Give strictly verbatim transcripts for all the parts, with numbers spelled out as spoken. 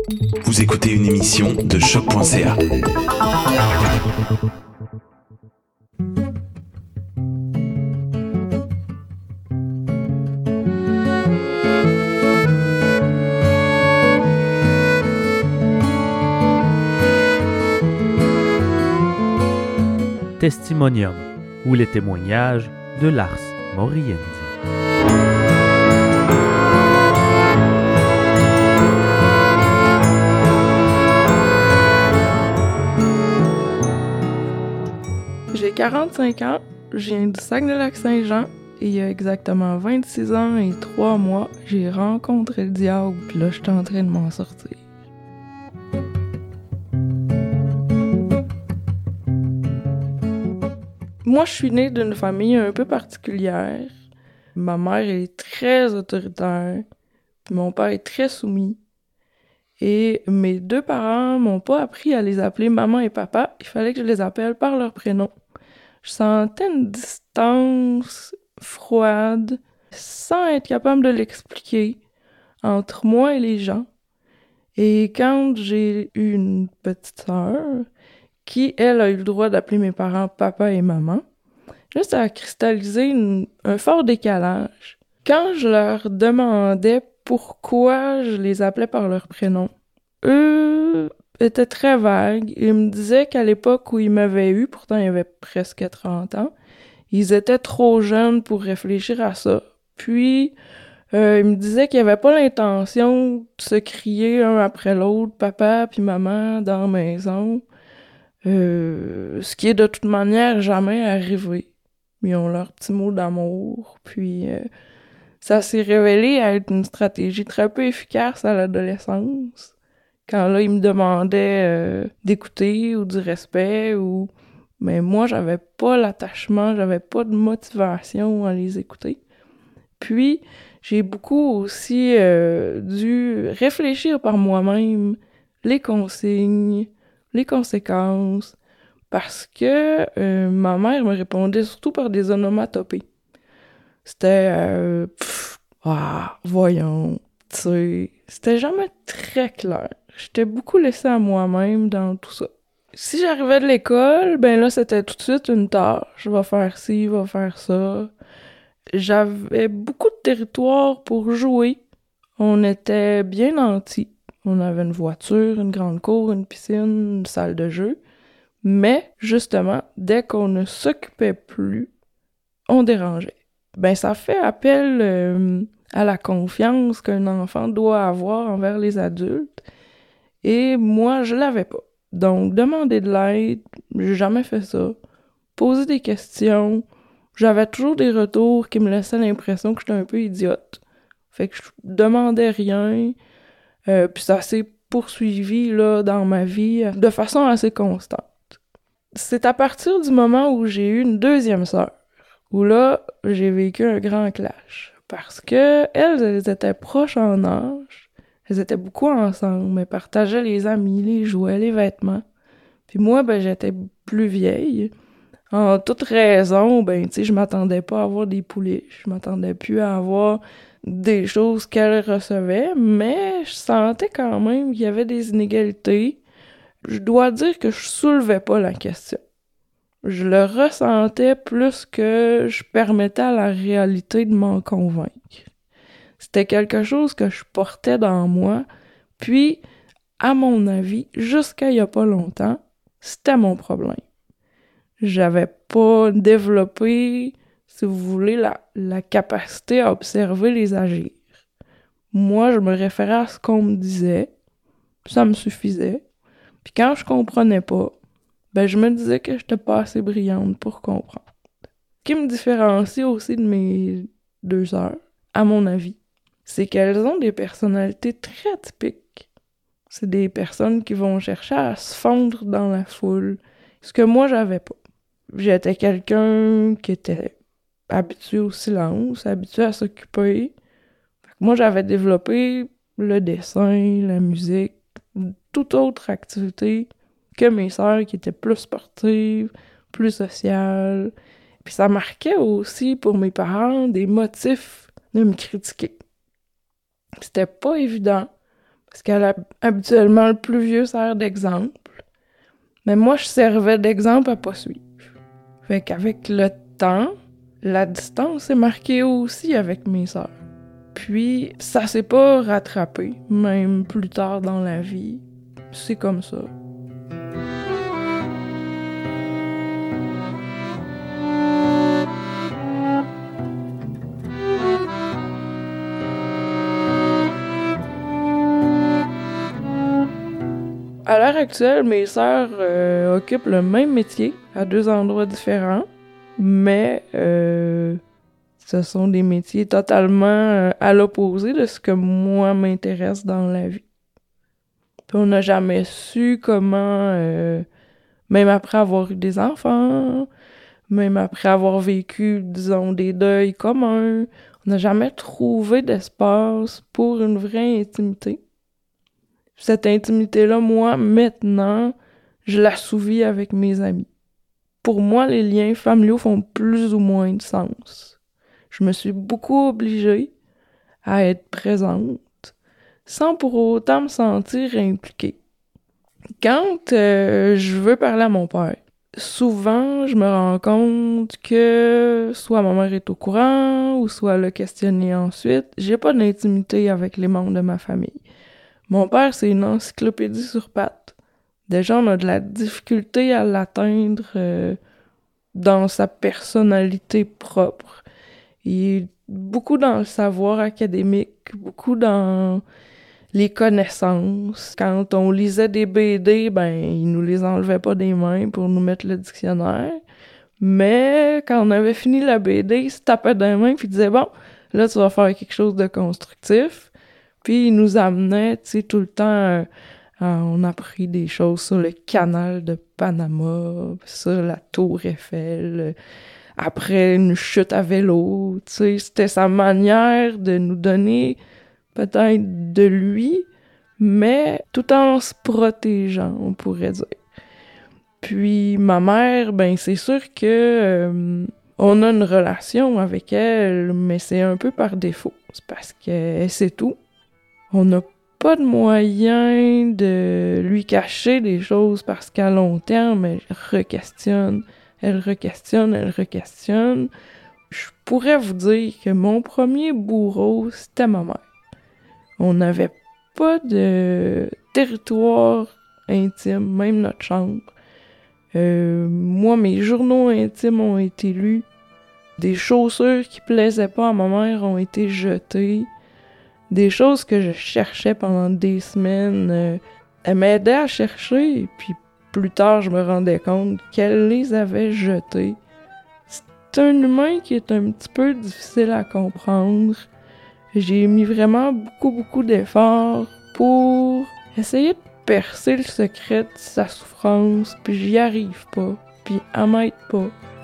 Vous écoutez une émission de choc point c a. Testimonium, ou les témoignages de Lars Moriendi. J'ai quarante-cinq ans, je viens du Saguenay-Lac-Saint-Jean et il y a exactement vingt-six ans et trois mois, j'ai rencontré le diable puis là, je suis en train de m'en sortir. Moi, je suis née d'une famille un peu particulière. Ma mère est très autoritaire, puis mon père est très soumis. Et mes deux parents m'ont pas appris à les appeler maman et papa, il fallait que je les appelle par leur prénom. Je sentais une distance froide, sans être capable de l'expliquer, entre moi et les gens. Et quand j'ai eu une petite sœur, qui, elle, a eu le droit d'appeler mes parents papa et maman, là, ça a cristallisé une, un fort décalage. Quand je leur demandais pourquoi je les appelais par leur prénom, eux étaient très vagues. Ils me disaient qu'à l'époque où ils m'avaient eu, pourtant il y avait presque trente ans, ils étaient trop jeunes pour réfléchir à ça. Puis, euh, ils me disaient qu'ils n'avaient pas l'intention de se crier un après l'autre, papa puis maman, dans la maison. Euh, ce qui est de toute manière jamais arrivé. Ils ont leur petit mot d'amour, puis euh, ça s'est révélé être une stratégie très peu efficace à l'adolescence. Quand là, ils me demandaient euh, d'écouter ou du respect, ou... mais moi, j'avais pas l'attachement, j'avais pas de motivation à les écouter. Puis, j'ai beaucoup aussi euh, dû réfléchir par moi-même les consignes, les conséquences, parce que euh, ma mère me répondait surtout par des onomatopées. C'était euh, pff, ah, voyons, tu sais, c'était jamais très clair. J'étais beaucoup laissée à moi-même dans tout ça. Si j'arrivais de l'école, ben là, c'était tout de suite une tâche. Je vais faire ci, je vais faire ça. J'avais beaucoup de territoire pour jouer. On était bien nantis. On avait une voiture, une grande cour, une piscine, une salle de jeu. Mais, justement, dès qu'on ne s'occupait plus, on dérangeait. Ben, ça fait appel euh, à la confiance qu'un enfant doit avoir envers les adultes. Et moi, je l'avais pas. Donc, demander de l'aide, j'ai jamais fait ça. Poser des questions, j'avais toujours des retours qui me laissaient l'impression que j'étais un peu idiote. Fait que je demandais rien, euh, puis ça s'est poursuivi là, dans ma vie de façon assez constante. C'est à partir du moment où j'ai eu une deuxième sœur, où là, j'ai vécu un grand clash. Parce que elles, elles étaient proches en âge, elles étaient beaucoup ensemble, elles partageaient les amis, les jouets, les vêtements. Puis moi, ben, j'étais plus vieille. En toute raison, ben, tu sais, je m'attendais pas à avoir des poulets. Je m'attendais plus à avoir des choses qu'elles recevaient, mais je sentais quand même qu'il y avait des inégalités. Je dois dire que je soulevais pas la question. Je le ressentais plus que je permettais à la réalité de m'en convaincre. C'était quelque chose que je portais dans moi, puis, à mon avis, jusqu'à il y a pas longtemps, c'était mon problème. J'avais pas développé, si vous voulez, la, la capacité à observer les agir. Moi, je me référais à ce qu'on me disait, ça me suffisait. Puis quand je comprenais pas, ben je me disais que j'étais pas assez brillante pour comprendre. Ce qui me différencie aussi de mes deux sœurs, à mon avis, c'est qu'elles ont des personnalités très typiques. C'est des personnes qui vont chercher à se fondre dans la foule, ce que moi, j'avais pas. J'étais quelqu'un qui était habitué au silence, habitué à s'occuper. Moi, j'avais développé le dessin, la musique, toute autre activité que mes sœurs qui étaient plus sportives, plus sociales. Puis ça marquait aussi pour mes parents des motifs de me critiquer. C'était pas évident Parce qu'elle a habituellement le plus vieux sert d'exemple. Mais moi, je servais d'exemple à pas suivre. Fait qu'avec le temps, la distance est marquée aussi avec mes sœurs. Puis, ça s'est pas rattrapé, même plus tard dans la vie. C'est comme ça. À l'heure actuelle, mes sœurs euh, occupent le même métier à deux endroits différents, mais euh, ce sont des métiers totalement euh, à l'opposé de ce que moi m'intéresse dans la vie. Puis on n'a jamais su comment, euh, même après avoir eu des enfants, même après avoir vécu, disons, des deuils communs, on n'a jamais trouvé d'espace pour une vraie intimité. Cette intimité-là, moi, maintenant, je l'assouvis avec mes amis. Pour moi, les liens familiaux font plus ou moins de sens. Je me suis beaucoup obligée à être présente, sans pour autant me sentir impliquée. Quand euh, je veux parler à mon père, souvent, je me rends compte que soit ma mère est au courant, ou soit elle l'a questionné ensuite. J'ai pas d'intimité avec les membres de ma famille. Mon père, c'est une encyclopédie sur pattes. Déjà, on a de la difficulté à l'atteindre euh, dans sa personnalité propre. Il est beaucoup dans le savoir académique, beaucoup dans les connaissances. Quand on lisait des B D, ben, il nous les enlevait pas des mains pour nous mettre le dictionnaire. Mais quand on avait fini la B D, il se tapait dans les mains puis il disait « Bon, là, tu vas faire quelque chose de constructif. » Puis il nous amenait, tu sais, tout le temps, euh, on a appris des choses sur le canal de Panama, sur la tour Eiffel, euh, après une chute à vélo, tu sais, c'était sa manière de nous donner peut-être de lui, mais tout en se protégeant, on pourrait dire. Puis ma mère, ben c'est sûr que euh, on a une relation avec elle, mais c'est un peu par défaut, c'est parce qu'elle sait tout. On n'a pas de moyen de lui cacher des choses parce qu'à long terme, elle requestionne, elle requestionne, elle requestionne. Je pourrais vous dire que mon premier bourreau, c'était ma mère. On n'avait pas de territoire intime, même notre chambre. Euh, moi, mes journaux intimes ont été lus. Des chaussures qui plaisaient pas à ma mère ont été jetées. Des choses que je cherchais pendant des semaines, euh, elle m'aidait à chercher, et puis plus tard, je me rendais compte qu'elle les avait jetées. C'est un humain qui est un petit peu difficile à comprendre. J'ai mis vraiment beaucoup, beaucoup d'efforts pour essayer de percer le secret de sa souffrance, puis j'y arrive pas, puis elle m'aide pas.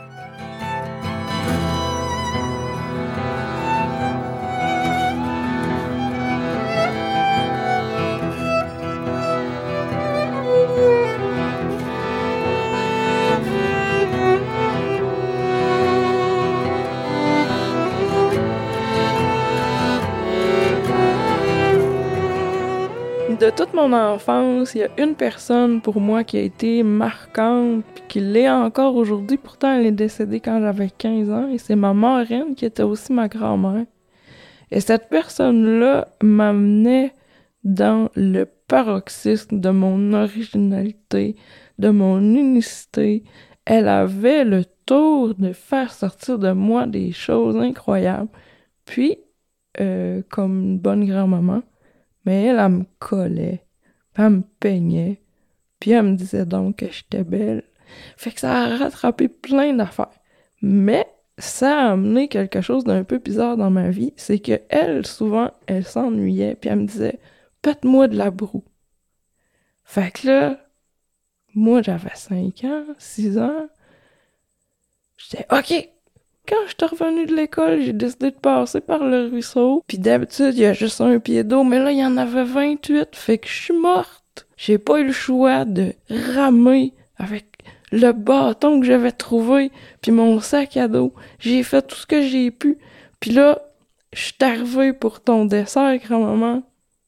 De toute mon enfance, il y a une personne pour moi qui a été marquante puis qui l'est encore aujourd'hui. Pourtant, elle est décédée quand j'avais quinze ans et c'est ma marraine qui était aussi ma grand-mère. Et cette personne-là m'amenait dans le paroxysme de mon originalité, de mon unicité. Elle avait le tour de faire sortir de moi des choses incroyables. Puis, euh, comme une bonne grand-maman, mais elle, elle me collait, puis elle me peignait, puis elle me disait donc que j'étais belle. Fait que ça a rattrapé plein d'affaires. Mais ça a amené quelque chose d'un peu bizarre dans ma vie, c'est que elle, souvent, elle s'ennuyait, puis elle me disait « Pète-moi de la broue ». Fait que là, moi, j'avais cinq ans, six ans, j'étais « OK ». Quand je suis revenue de l'école, j'ai décidé de passer par le ruisseau. Puis d'habitude, il y a juste un pied d'eau, mais là, il y en avait vingt-huit. Fait que je suis morte. J'ai pas eu le choix de ramer avec le bâton que j'avais trouvé, puis mon sac à dos. J'ai fait tout ce que j'ai pu. Puis là, je suis arrivée pour ton dessert, grand-maman.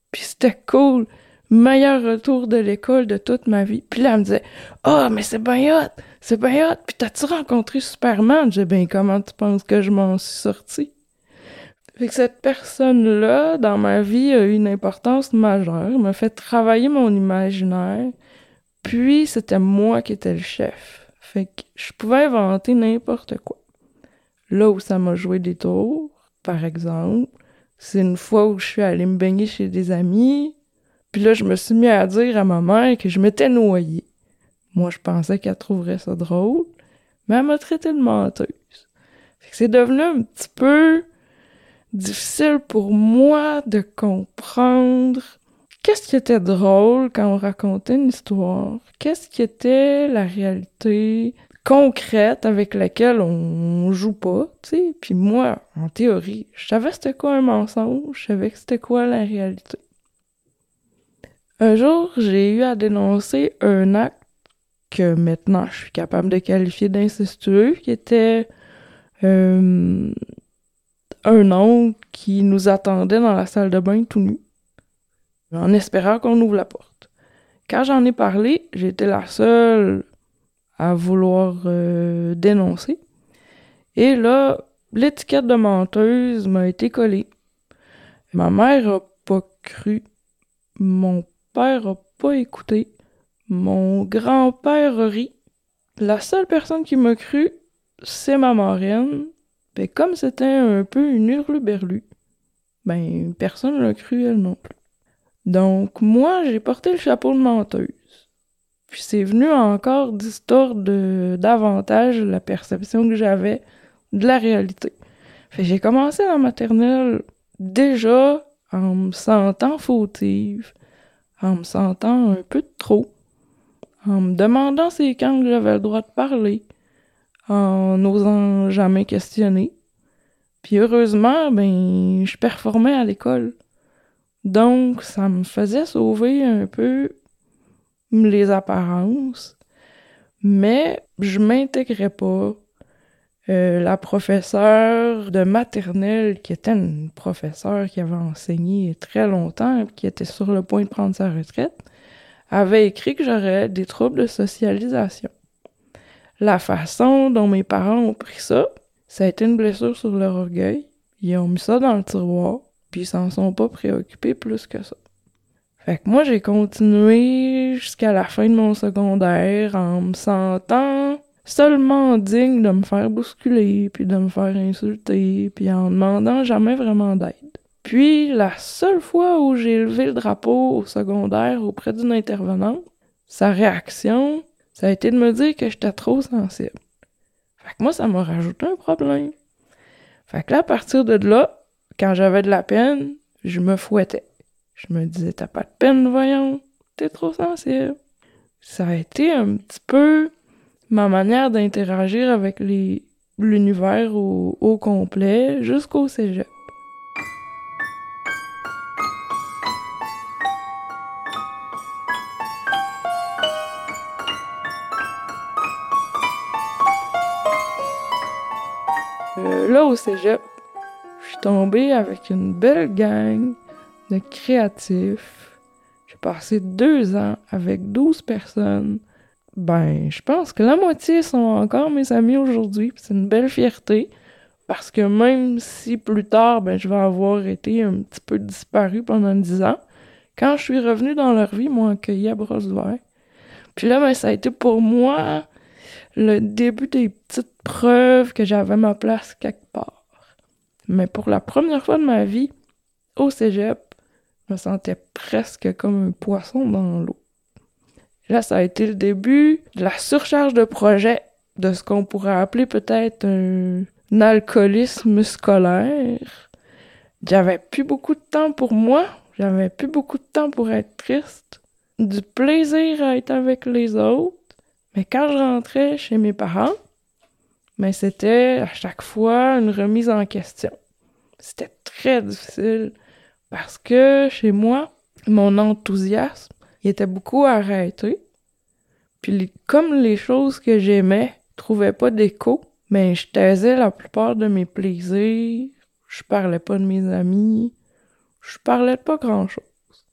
Puis c'était cool. Meilleur retour de l'école de toute ma vie. Puis là, elle me disait « Ah, oh, mais c'est bien hot! C'est bien hot! Puis t'as-tu rencontré Superman? » Je disais « Ben, comment tu penses que je m'en suis sortie? » Fait que cette personne-là, dans ma vie, a eu une importance majeure, m'a fait travailler mon imaginaire, puis c'était moi qui étais le chef. Fait que je pouvais inventer n'importe quoi. Là où ça m'a joué des tours, par exemple, c'est une fois où je suis allée me baigner chez des amis, puis là, je me suis mis à dire à ma mère que je m'étais noyée. Moi, je pensais qu'elle trouverait ça drôle, mais elle m'a traité de menteuse. Fait que c'est devenu un petit peu difficile pour moi de comprendre qu'est-ce qui était drôle quand on racontait une histoire, qu'est-ce qui était la réalité concrète avec laquelle on joue pas, tu sais. Puis moi, en théorie, je savais c'était quoi un mensonge, je savais que c'était quoi la réalité. Un jour, j'ai eu à dénoncer un acte que maintenant je suis capable de qualifier d'incestueux, qui était euh, un oncle qui nous attendait dans la salle de bain tout nu, en espérant qu'on ouvre la porte. Quand j'en ai parlé, j'étais la seule à vouloir euh, dénoncer. Et là, l'étiquette de menteuse m'a été collée. Ma mère a pas cru. Mon père a pas écouté. Mon grand-père a ri. La seule personne qui m'a cru, c'est ma marraine. Ben, comme c'était un peu une hurluberlue, ben, personne l'a cru, elle non plus. Donc, moi, j'ai porté le chapeau de menteuse. Puis c'est venu encore distordre davantage la perception que j'avais de la réalité. Fait que j'ai commencé la maternelle déjà en me sentant fautive, en me sentant un peu de trop, en me demandant c'est quand que j'avais le droit de parler, en n'osant jamais questionner. Puis heureusement, ben, je performais à l'école. Donc, ça me faisait sauver un peu les apparences, mais je m'intégrais pas. Euh, la professeure de maternelle, qui était une professeure qui avait enseigné très longtemps et qui était sur le point de prendre sa retraite, avait écrit que j'aurais des troubles de socialisation. La façon dont mes parents ont pris ça, ça a été une blessure sur leur orgueil. Ils ont mis ça dans le tiroir, puis ils s'en sont pas préoccupés plus que ça. Fait que moi, j'ai continué jusqu'à la fin de mon secondaire en me sentant seulement digne de me faire bousculer, puis de me faire insulter, puis en demandant jamais vraiment d'aide. Puis, la seule fois où j'ai levé le drapeau au secondaire auprès d'une intervenante, sa réaction, ça a été de me dire que j'étais trop sensible. Fait que moi, ça m'a rajouté un problème. Fait que là, à partir de là, quand j'avais de la peine, je me fouettais. Je me disais, t'as pas de peine, voyons, t'es trop sensible. Ça a été un petit peu ma manière d'interagir avec les, l'univers au, au complet jusqu'au cégep. Euh, là, au cégep, je suis tombée avec une belle gang de créatifs. J'ai passé deux ans avec douze personnes. Ben, je pense que la moitié sont encore mes amis aujourd'hui, puis c'est une belle fierté, parce que même si plus tard, ben, je vais avoir été un petit peu disparu pendant dix ans, quand je suis revenue dans leur vie, ils m'ont accueilli à bras ouverts. Puis là, ben, ça a été pour moi le début des petites preuves que j'avais ma place quelque part. Mais pour la première fois de ma vie, au cégep, je me sentais presque comme un poisson dans l'eau. Là, ça a été le début de la surcharge de projet, de ce qu'on pourrait appeler peut-être un, un alcoolisme scolaire. J'avais plus beaucoup de temps pour moi, j'avais plus beaucoup de temps pour être triste, du plaisir à être avec les autres. Mais quand je rentrais chez mes parents, mais c'était à chaque fois une remise en question. C'était très difficile parce que chez moi, mon enthousiasme, il était beaucoup arrêté. Puis les, comme les choses que j'aimais trouvaient pas d'écho, mais je taisais la plupart de mes plaisirs, je parlais pas de mes amis, je parlais de pas grand-chose.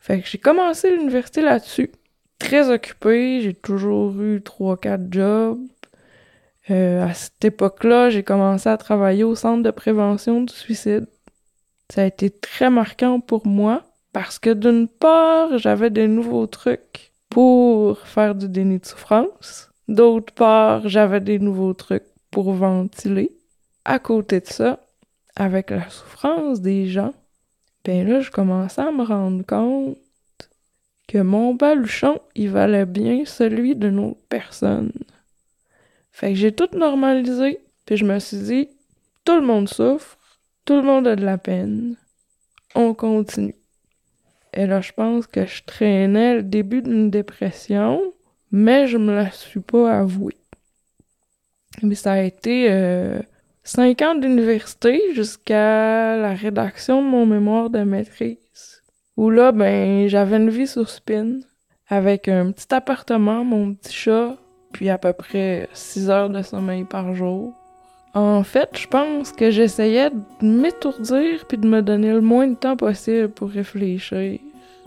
Fait que j'ai commencé l'université là-dessus. Très occupée, j'ai toujours eu trois quatre jobs. Euh, à cette époque-là, j'ai commencé à travailler au centre de prévention du suicide. Ça a été très marquant pour moi parce que d'une part, j'avais des nouveaux trucs pour faire du déni de souffrance. D'autre part, j'avais des nouveaux trucs pour ventiler. À côté de ça, avec la souffrance des gens, ben là, je commençais à me rendre compte que mon baluchon, il valait bien celui d'une autre personne. Fait que j'ai tout normalisé, puis je me suis dit, tout le monde souffre, tout le monde a de la peine, on continue. Et là, je pense que je traînais le début d'une dépression, mais je me la suis pas avouée. Mais ça a été euh, cinq ans d'université jusqu'à la rédaction de mon mémoire de maîtrise, où là, ben, j'avais une vie sur spin, avec un petit appartement, mon petit chat, puis à peu près six heures de sommeil par jour. En fait, je pense que j'essayais de m'étourdir puis de me donner le moins de temps possible pour réfléchir.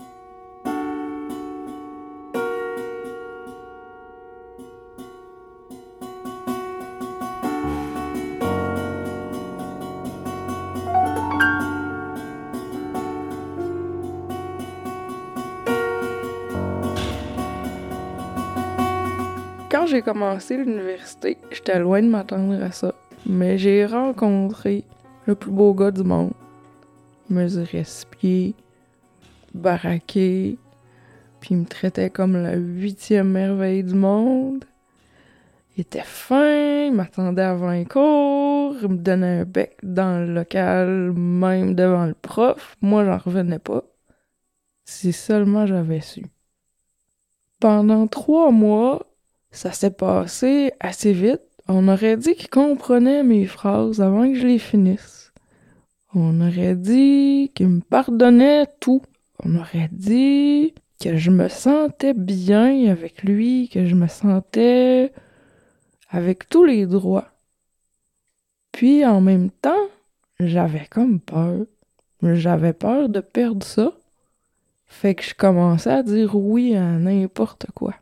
Quand j'ai commencé l'université, j'étais loin de m'attendre à ça. Mais j'ai rencontré le plus beau gars du monde. Il mesurait six pieds, baraqué, puis il me traitait comme la huitième merveille du monde. Il était fin, il m'attendait avant les cours, il me donnait un bec dans le local, même devant le prof. Moi, j'en revenais pas. Si seulement j'avais su. Pendant trois mois, ça s'est passé assez vite. On aurait dit qu'il comprenait mes phrases avant que je les finisse. On aurait dit qu'il me pardonnait tout. On aurait dit que je me sentais bien avec lui, que je me sentais avec tous les droits. Puis en même temps, j'avais comme peur. J'avais peur de perdre ça. Fait que je commençais à dire oui à n'importe quoi.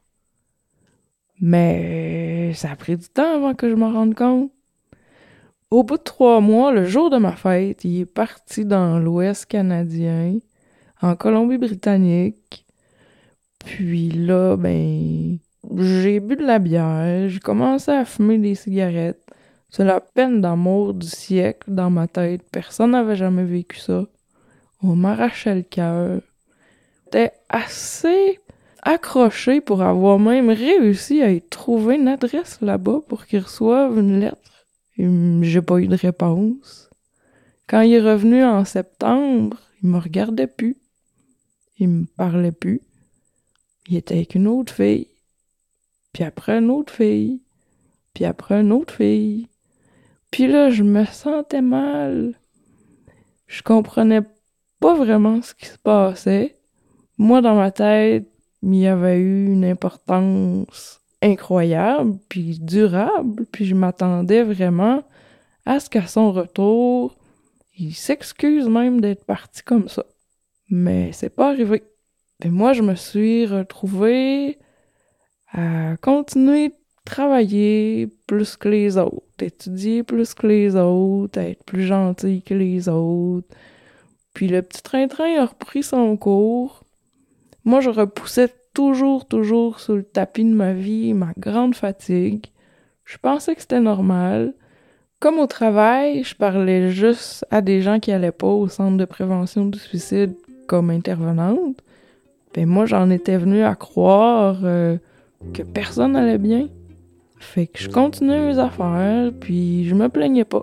Mais ça a pris du temps avant que je m'en rende compte. Au bout de trois mois, le jour de ma fête, il est parti dans l'Ouest canadien, en Colombie-Britannique. Puis là, ben, j'ai bu de la bière, j'ai commencé à fumer des cigarettes. C'est la peine d'amour du siècle dans ma tête. Personne n'avait jamais vécu ça. On m'arrachait le cœur. J'étais assez accroché pour avoir même réussi à y trouver une adresse là-bas pour qu'il reçoive une lettre. Et j'ai pas eu de réponse. Quand il est revenu en septembre, il me regardait plus. Il me parlait plus. Il était avec une autre fille. Puis après une autre fille. Puis après une autre fille. Puis là, je me sentais mal. Je comprenais pas vraiment ce qui se passait. Moi, dans ma tête, il y avait eu une importance incroyable, puis durable, puis je m'attendais vraiment à ce qu'à son retour, il s'excuse même d'être parti comme ça. Mais c'est pas arrivé. Et moi, je me suis retrouvée à continuer de travailler plus que les autres, étudier plus que les autres, être plus gentille que les autres. Puis le petit train-train a repris son cours. Moi, je repoussais toujours, toujours sous le tapis de ma vie ma grande fatigue. Je pensais que c'était normal. Comme au travail, je parlais juste à des gens qui allaient pas au centre de prévention du suicide comme intervenante. Ben moi, j'en étais venue à croire euh, que personne allait bien. Fait que je continuais mes affaires, puis je me plaignais pas.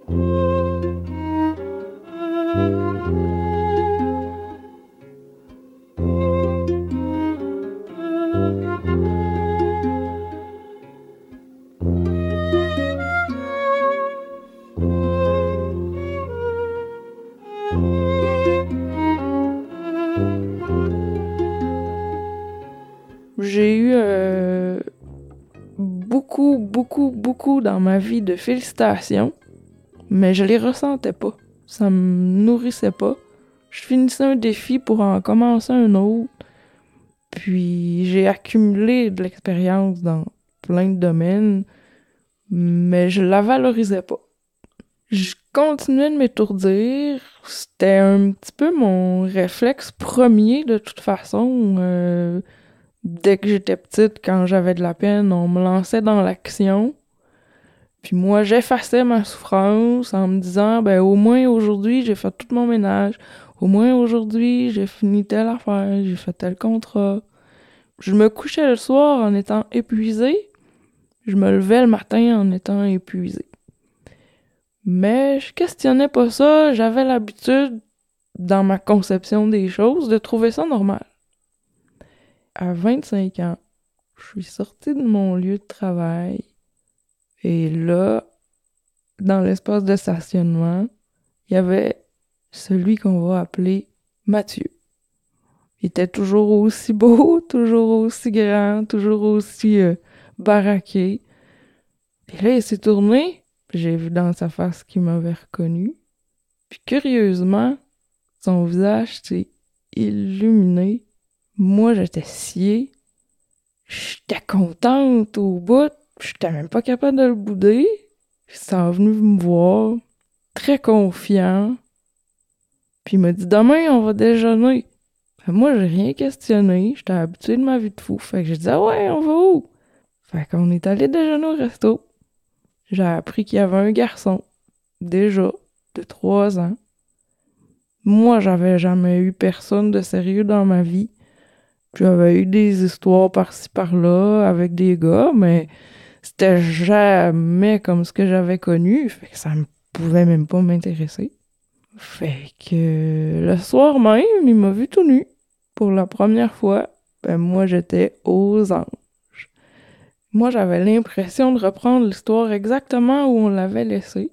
J'ai eu euh, beaucoup, beaucoup, beaucoup dans ma vie de félicitations, mais je les ressentais pas. Ça me nourrissait pas. je finissais un défi pour en commencer un autre. Puis j'ai accumulé de l'expérience dans plein de domaines, mais je la valorisais pas. Je continuais de m'étourdir. C'était un petit peu mon réflexe premier de toute façon. Euh, dès que j'étais petite, quand j'avais de la peine, on me lançait dans l'action. Puis moi, j'effaçais ma souffrance en me disant, ben au moins aujourd'hui, j'ai fait tout mon ménage. Au moins aujourd'hui, j'ai fini telle affaire, j'ai fait tel contrat. Je me couchais le soir en étant épuisée. Je me levais le matin en étant épuisée. Mais je questionnais pas ça. J'avais l'habitude, dans ma conception des choses, de trouver ça normal. À vingt-cinq ans, je suis sortie de mon lieu de travail. Et là, dans l'espace de stationnement, il y avait celui qu'on va appeler Mathieu. Il était toujours aussi beau, toujours aussi grand, toujours aussi euh, baraqué. Puis là, il s'est tourné, puis j'ai vu dans sa face qu'il m'avait reconnu. Puis curieusement, son visage s'est illuminé. Moi, j'étais sciée. J'étais contente au bout. J'étais même pas capable de le bouder. Puis il s'est venu me voir, très confiant. Puis il m'a dit « Demain, on va déjeuner. » Moi, j'ai rien questionné. J'étais habituée de ma vie de fou. Fait que j'ai dit « Ah ouais, on va où? » Fait qu'on est allé déjeuner au resto. J'ai appris qu'il y avait un garçon, déjà, de trois ans. Moi, j'avais jamais eu personne de sérieux dans ma vie. J'avais eu des histoires par-ci par-là avec des gars, mais c'était jamais comme ce que j'avais connu. Fait que ça ne pouvait même pas m'intéresser. Fait que le soir même, il m'a vu tout nu. Pour la première fois, ben moi, j'étais aux anges. Moi, j'avais l'impression de reprendre l'histoire exactement où on l'avait laissée.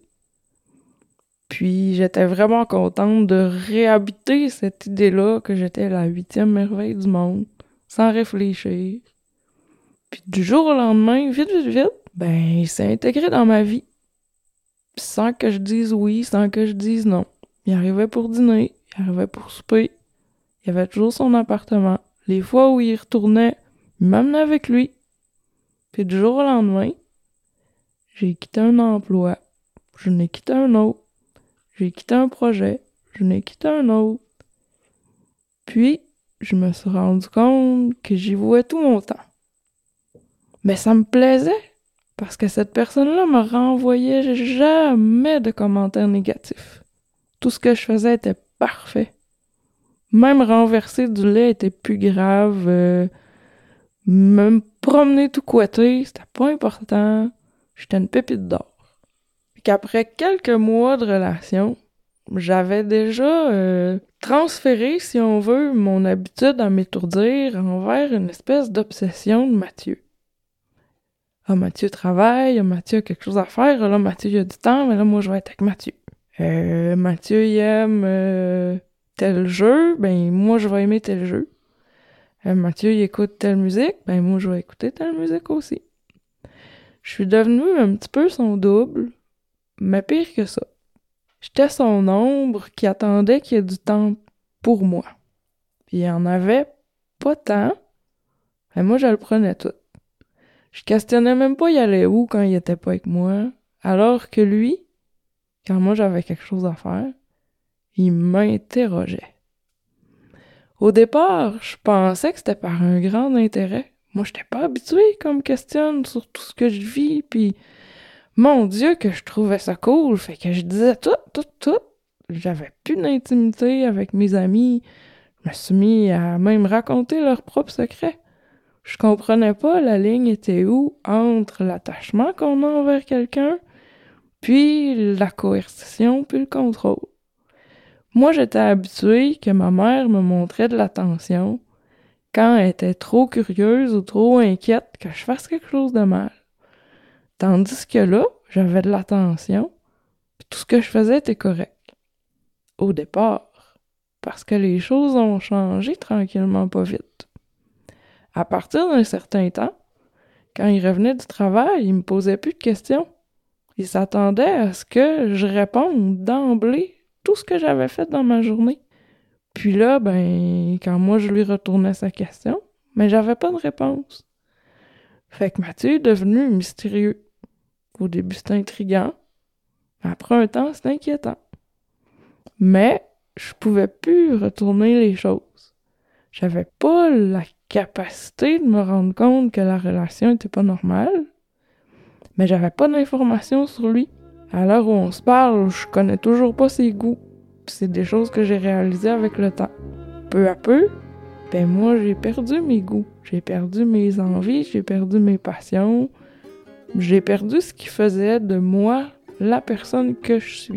Puis, j'étais vraiment contente de réhabiter cette idée-là que j'étais la huitième merveille du monde, sans réfléchir. Puis, du jour au lendemain, vite, vite, vite, ben, il s'est intégré dans ma vie. Sans que je dise oui, sans que je dise non. Il arrivait pour dîner, il arrivait pour souper. Il avait toujours son appartement. Les fois où il retournait, il m'amenait avec lui. Puis du jour au lendemain, j'ai quitté un emploi, je n'ai quitté un autre. J'ai quitté un projet, je n'ai quitté un autre. Puis, je me suis rendu compte que j'y vouais tout mon temps. Mais ça me plaisait, parce que cette personne-là me renvoyait jamais de commentaires négatifs. Tout ce que je faisais était parfait. Même renverser du lait était plus grave. Euh, me promener tout couetté, c'était pas important. J'étais une pépite d'or. Puis qu'après quelques mois de relation, j'avais déjà euh, transféré, si on veut, mon habitude à m'étourdir envers une espèce d'obsession de Mathieu. Ah, Mathieu travaille, ah, Mathieu a quelque chose à faire, ah, là, Mathieu il a du temps, mais là, moi, je vais être avec Mathieu. Euh, Mathieu, il aime euh, tel jeu, ben moi, je vais aimer tel jeu. Euh, Mathieu, il écoute telle musique, ben moi, je vais écouter telle musique aussi. Je suis devenue un petit peu son double, mais pire que ça. J'étais son ombre qui attendait qu'il y ait du temps pour moi. Puis il y en avait pas tant, mais moi, je le prenais tout. Je questionnais même pas il allait où quand il était pas avec moi, alors que lui, quand moi j'avais quelque chose à faire, il m'interrogeait. Au départ, je pensais que c'était par un grand intérêt. Moi, j'étais pas habituée qu'on me questionne sur tout ce que je vis, puis mon Dieu que je trouvais ça cool, fait que je disais tout, tout, tout. J'avais plus d'intimité avec mes amis. Je me suis mis à même raconter leurs propres secrets. Je comprenais pas la ligne était où entre l'attachement qu'on a envers quelqu'un, puis la coercition, puis le contrôle. Moi, j'étais habituée que ma mère me montrait de l'attention quand elle était trop curieuse ou trop inquiète que je fasse quelque chose de mal. Tandis que là, j'avais de l'attention, puis tout ce que je faisais était correct. Au départ, parce que les choses ont changé tranquillement pas vite. À partir d'un certain temps, quand il revenait du travail, il me posait plus de questions. Il s'attendait à ce que je réponde d'emblée tout ce que j'avais fait dans ma journée. Puis là, ben, quand moi je lui retournais sa question, mais j'avais pas de réponse. Fait que Mathieu est devenu mystérieux. Au début, c'était intriguant. Après un temps, c'était inquiétant. Mais je pouvais plus retourner les choses. J'avais pas la capacité de me rendre compte que la relation était pas normale, mais j'avais pas d'informations sur lui. À l'heure où on se parle, je connais toujours pas ses goûts. C'est des choses que j'ai réalisées avec le temps. Peu à peu, ben moi, j'ai perdu mes goûts. J'ai perdu mes envies, j'ai perdu mes passions. J'ai perdu ce qui faisait de moi la personne que je suis.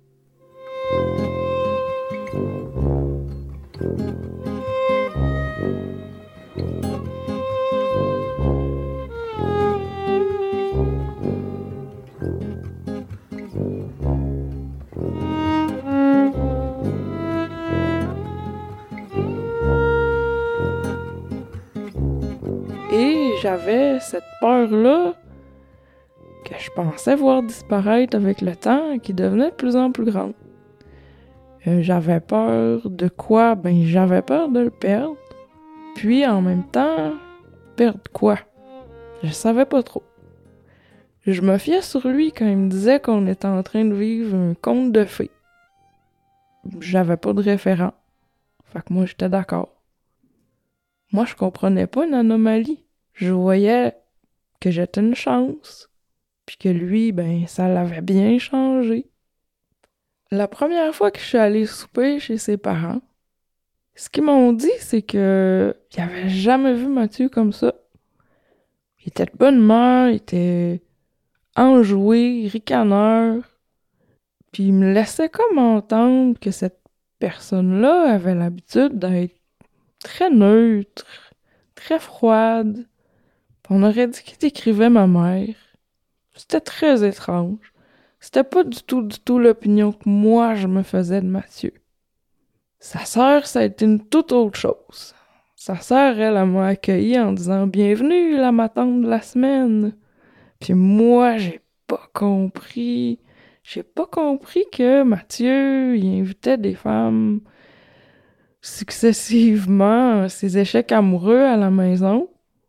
Et j'avais cette peur-là que je pensais voir disparaître avec le temps, qui devenait de plus en plus grande. Euh, j'avais peur de quoi? Ben, j'avais peur de le perdre. Puis, en même temps, perdre quoi? Je savais pas trop. Je me fiais sur lui quand il me disait qu'on était en train de vivre un conte de fées. J'avais pas de référent. Fait que moi, j'étais d'accord. Moi, je comprenais pas une anomalie. Je voyais que j'étais une chance. Puis que lui, ben, ça l'avait bien changé. La première fois que je suis allée souper chez ses parents, ce qu'ils m'ont dit, c'est que ils avaient jamais vu Mathieu comme ça. Il était de bonne humeur, il était enjoué, ricaneur. Puis il me laissait comme entendre que cette personne-là avait l'habitude d'être très neutre, très froide. Puis on aurait dit qu'il décrivait ma mère. C'était très étrange. C'était pas du tout, du tout l'opinion que moi je me faisais de Mathieu. Sa sœur, ça a été une toute autre chose. Sa sœur, elle, elle m'a accueilli en disant « Bienvenue, la ma tante de la semaine ». Puis moi, j'ai pas compris. J'ai pas compris que Mathieu, il invitait des femmes successivement à ses échecs amoureux à la maison.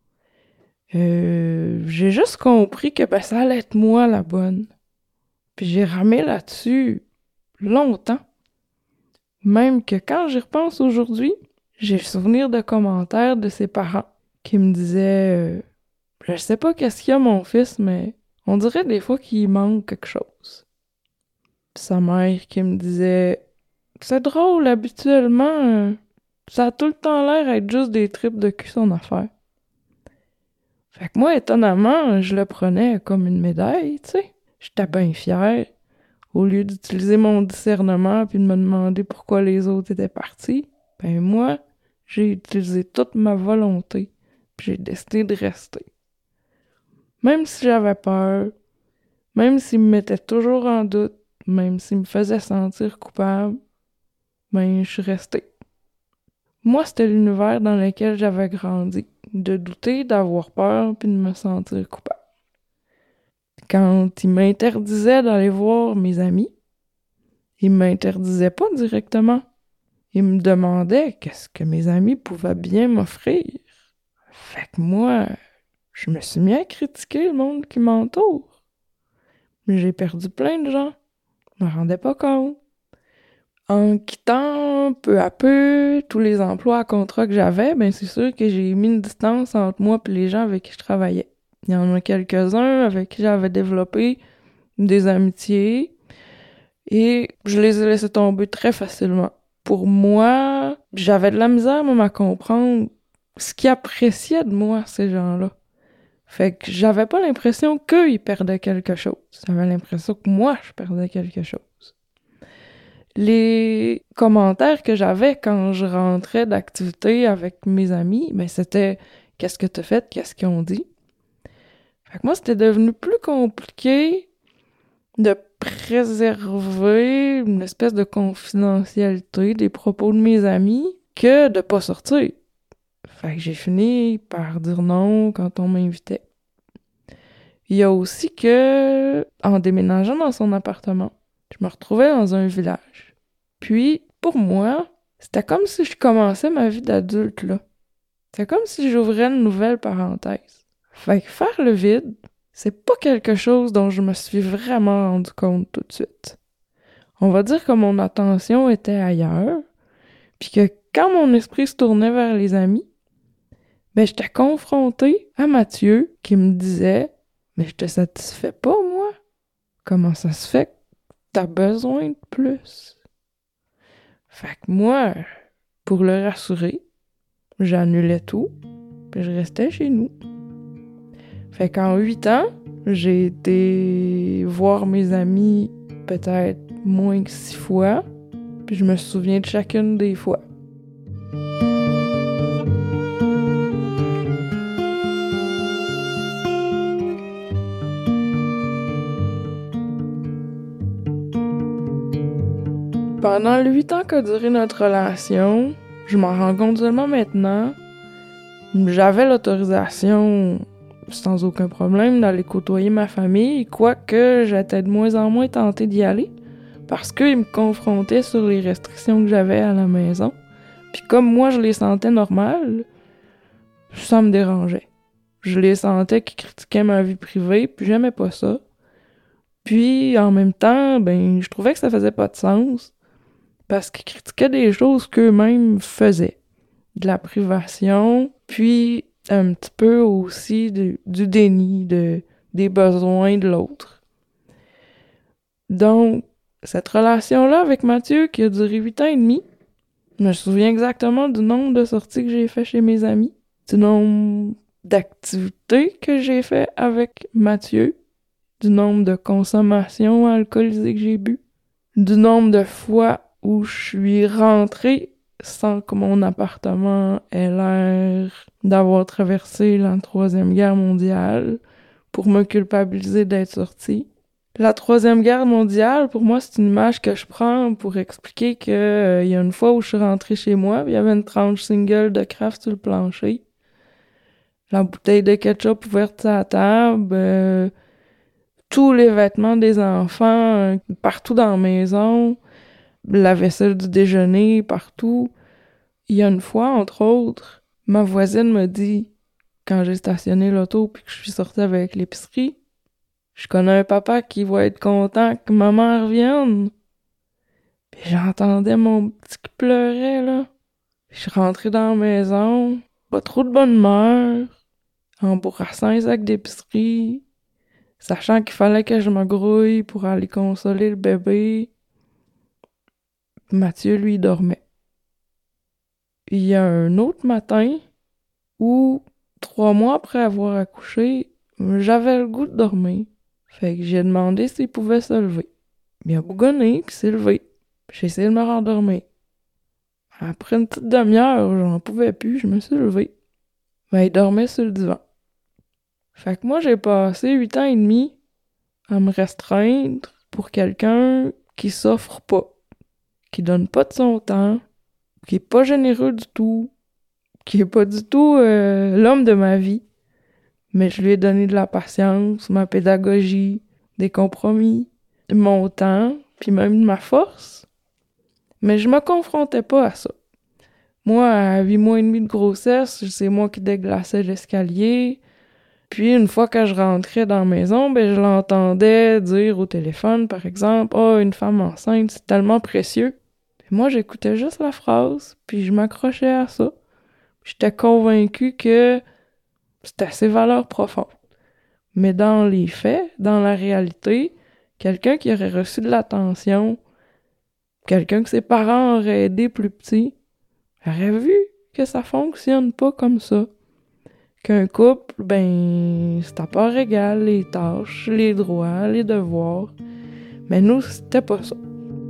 Euh, j'ai juste compris que ben, ça allait être moi la bonne. Puis j'ai ramé là-dessus longtemps. Même que quand j'y repense aujourd'hui, j'ai le souvenir de commentaires de ses parents qui me disaient euh, « Je sais pas qu'est-ce qu'il y a mon fils, mais on dirait des fois qu'il manque quelque chose. » Puis sa mère qui me disait « C'est drôle, habituellement, euh, ça a tout le temps l'air d'être juste des tripes de cul son affaire. » Fait que moi, étonnamment, je le prenais comme une médaille, tu sais. J'étais bien fière. Au lieu d'utiliser mon discernement puis de me demander pourquoi les autres étaient partis, ben moi, j'ai utilisé toute ma volonté puis j'ai décidé de rester. Même si j'avais peur, même s'il me mettait toujours en doute, même s'il me faisait sentir coupable, ben je suis restée. Moi, c'était l'univers dans lequel j'avais grandi, de douter, d'avoir peur puis de me sentir coupable. Quand il m'interdisait d'aller voir mes amis, il m'interdisait pas directement. Il me demandait qu'est-ce que mes amis pouvaient bien m'offrir. Fait que moi, je me suis mis à critiquer le monde qui m'entoure. J'ai perdu plein de gens. Je me rendais pas compte. En quittant peu à peu tous les emplois à contrat que j'avais, ben c'est sûr que j'ai mis une distance entre moi et les gens avec qui je travaillais. Il y en a quelques-uns avec qui j'avais développé des amitiés et je les ai laissés tomber très facilement. Pour moi, j'avais de la misère même à comprendre ce qu'ils appréciaient de moi, ces gens-là. Fait que j'avais pas l'impression qu'eux, ils perdaient quelque chose. J'avais l'impression que moi, je perdais quelque chose. Les commentaires que j'avais quand je rentrais d'activité avec mes amis, ben c'était « Qu'est-ce que t'as fait? Qu'est-ce qu'ils ont dit? » Fait que moi, c'était devenu plus compliqué de préserver une espèce de confidentialité des propos de mes amis que de pas sortir. Fait que j'ai fini par dire non quand on m'invitait. Il y a aussi que, en déménageant dans son appartement, je me retrouvais dans un village. Puis, pour moi, C'était comme si je commençais ma vie d'adulte, là. C'était comme si j'ouvrais une nouvelle parenthèse. Fait que faire le vide, c'est pas quelque chose dont je me suis vraiment rendu compte tout de suite. On va dire que mon attention était ailleurs, puis que quand mon esprit se tournait vers les amis, ben j'étais confrontée à Mathieu qui me disait « Mais je te satisfais pas, moi. Comment ça se fait que t'as besoin de plus? » Fait que moi, pour le rassurer, j'annulais tout, puis je restais chez nous. Fait qu'en huit ans, j'ai été voir mes amis peut-être moins que six fois, puis je me souviens de chacune des fois. Pendant les huit ans qu'a duré notre relation, je m'en rends compte seulement maintenant, j'avais l'autorisation sans aucun problème d'aller côtoyer ma famille, quoique j'étais de moins en moins tentée d'y aller, parce qu'ils me confrontaient sur les restrictions que j'avais à la maison. Puis comme moi, je les sentais normales, ça me dérangeait. Je les sentais qu'ils critiquaient ma vie privée, puis j'aimais pas ça. Puis en même temps, ben, je trouvais que ça faisait pas de sens, parce qu'ils critiquaient des choses qu'eux-mêmes faisaient. De la privation, puis un petit peu aussi de, du déni de, des besoins de l'autre. Donc, cette relation-là avec Mathieu, qui a duré huit ans et demi, je me souviens exactement du nombre de sorties que j'ai fait chez mes amis, du nombre d'activités que j'ai fait avec Mathieu, du nombre de consommations alcoolisées que j'ai bu, du nombre de fois où je suis rentrée sans que mon appartement ait l'air d'avoir traversé la Troisième Guerre mondiale pour me culpabiliser d'être sortie. La Troisième Guerre mondiale, pour moi, c'est une image que je prends pour expliquer que euh, il y a une fois où je suis rentrée chez moi, il y avait une tranche single de Kraft sur le plancher, la bouteille de ketchup ouverte sur la table, euh, tous les vêtements des enfants euh, partout dans la maison, la vaisselle du déjeuner partout. Il y a une fois, entre autres, ma voisine me dit, quand j'ai stationné l'auto puis que je suis sortie avec l'épicerie, je connais un papa qui va être content que maman revienne. Puis j'entendais mon petit qui pleurait, là. Je suis rentrée dans la maison, pas trop de bonne humeur, embourrassant les sacs d'épicerie, sachant qu'il fallait que je me grouille pour aller consoler le bébé. Mathieu, lui, dormait. Il y a un autre matin où, trois mois après avoir accouché, j'avais le goût de dormir. Fait que j'ai demandé s'il pouvait se lever. Il a bougonné puis s'est levé. J'ai essayé de me rendormir. Après une petite demi-heure, j'en pouvais plus, je me suis levée. Ben, il dormait sur le divan. Fait que moi, j'ai passé huit ans et demi à me restreindre pour quelqu'un qui s'offre pas, qui donne pas de son temps, qui est pas généreux du tout, qui est pas du tout euh, l'homme de ma vie. Mais je lui ai donné de la patience, ma pédagogie, des compromis, mon temps, puis même de ma force. Mais je me confrontais pas à ça. Moi, à huit mois et demi de grossesse, c'est moi qui déglaçais l'escalier. Puis une fois que je rentrais dans la maison, ben je l'entendais dire au téléphone, par exemple, « Ah, oh, une femme enceinte, c'est tellement précieux. » Puis moi, j'écoutais juste la phrase, puis je m'accrochais à ça. J'étais convaincue que c'était ses valeurs profondes. Mais dans les faits, dans la réalité, quelqu'un qui aurait reçu de l'attention, quelqu'un que ses parents auraient aidé plus petit, aurait vu que ça fonctionne pas comme ça. Qu'un couple, ben, c'est à part égale les tâches, les droits, les devoirs. Mais nous, c'était pas ça.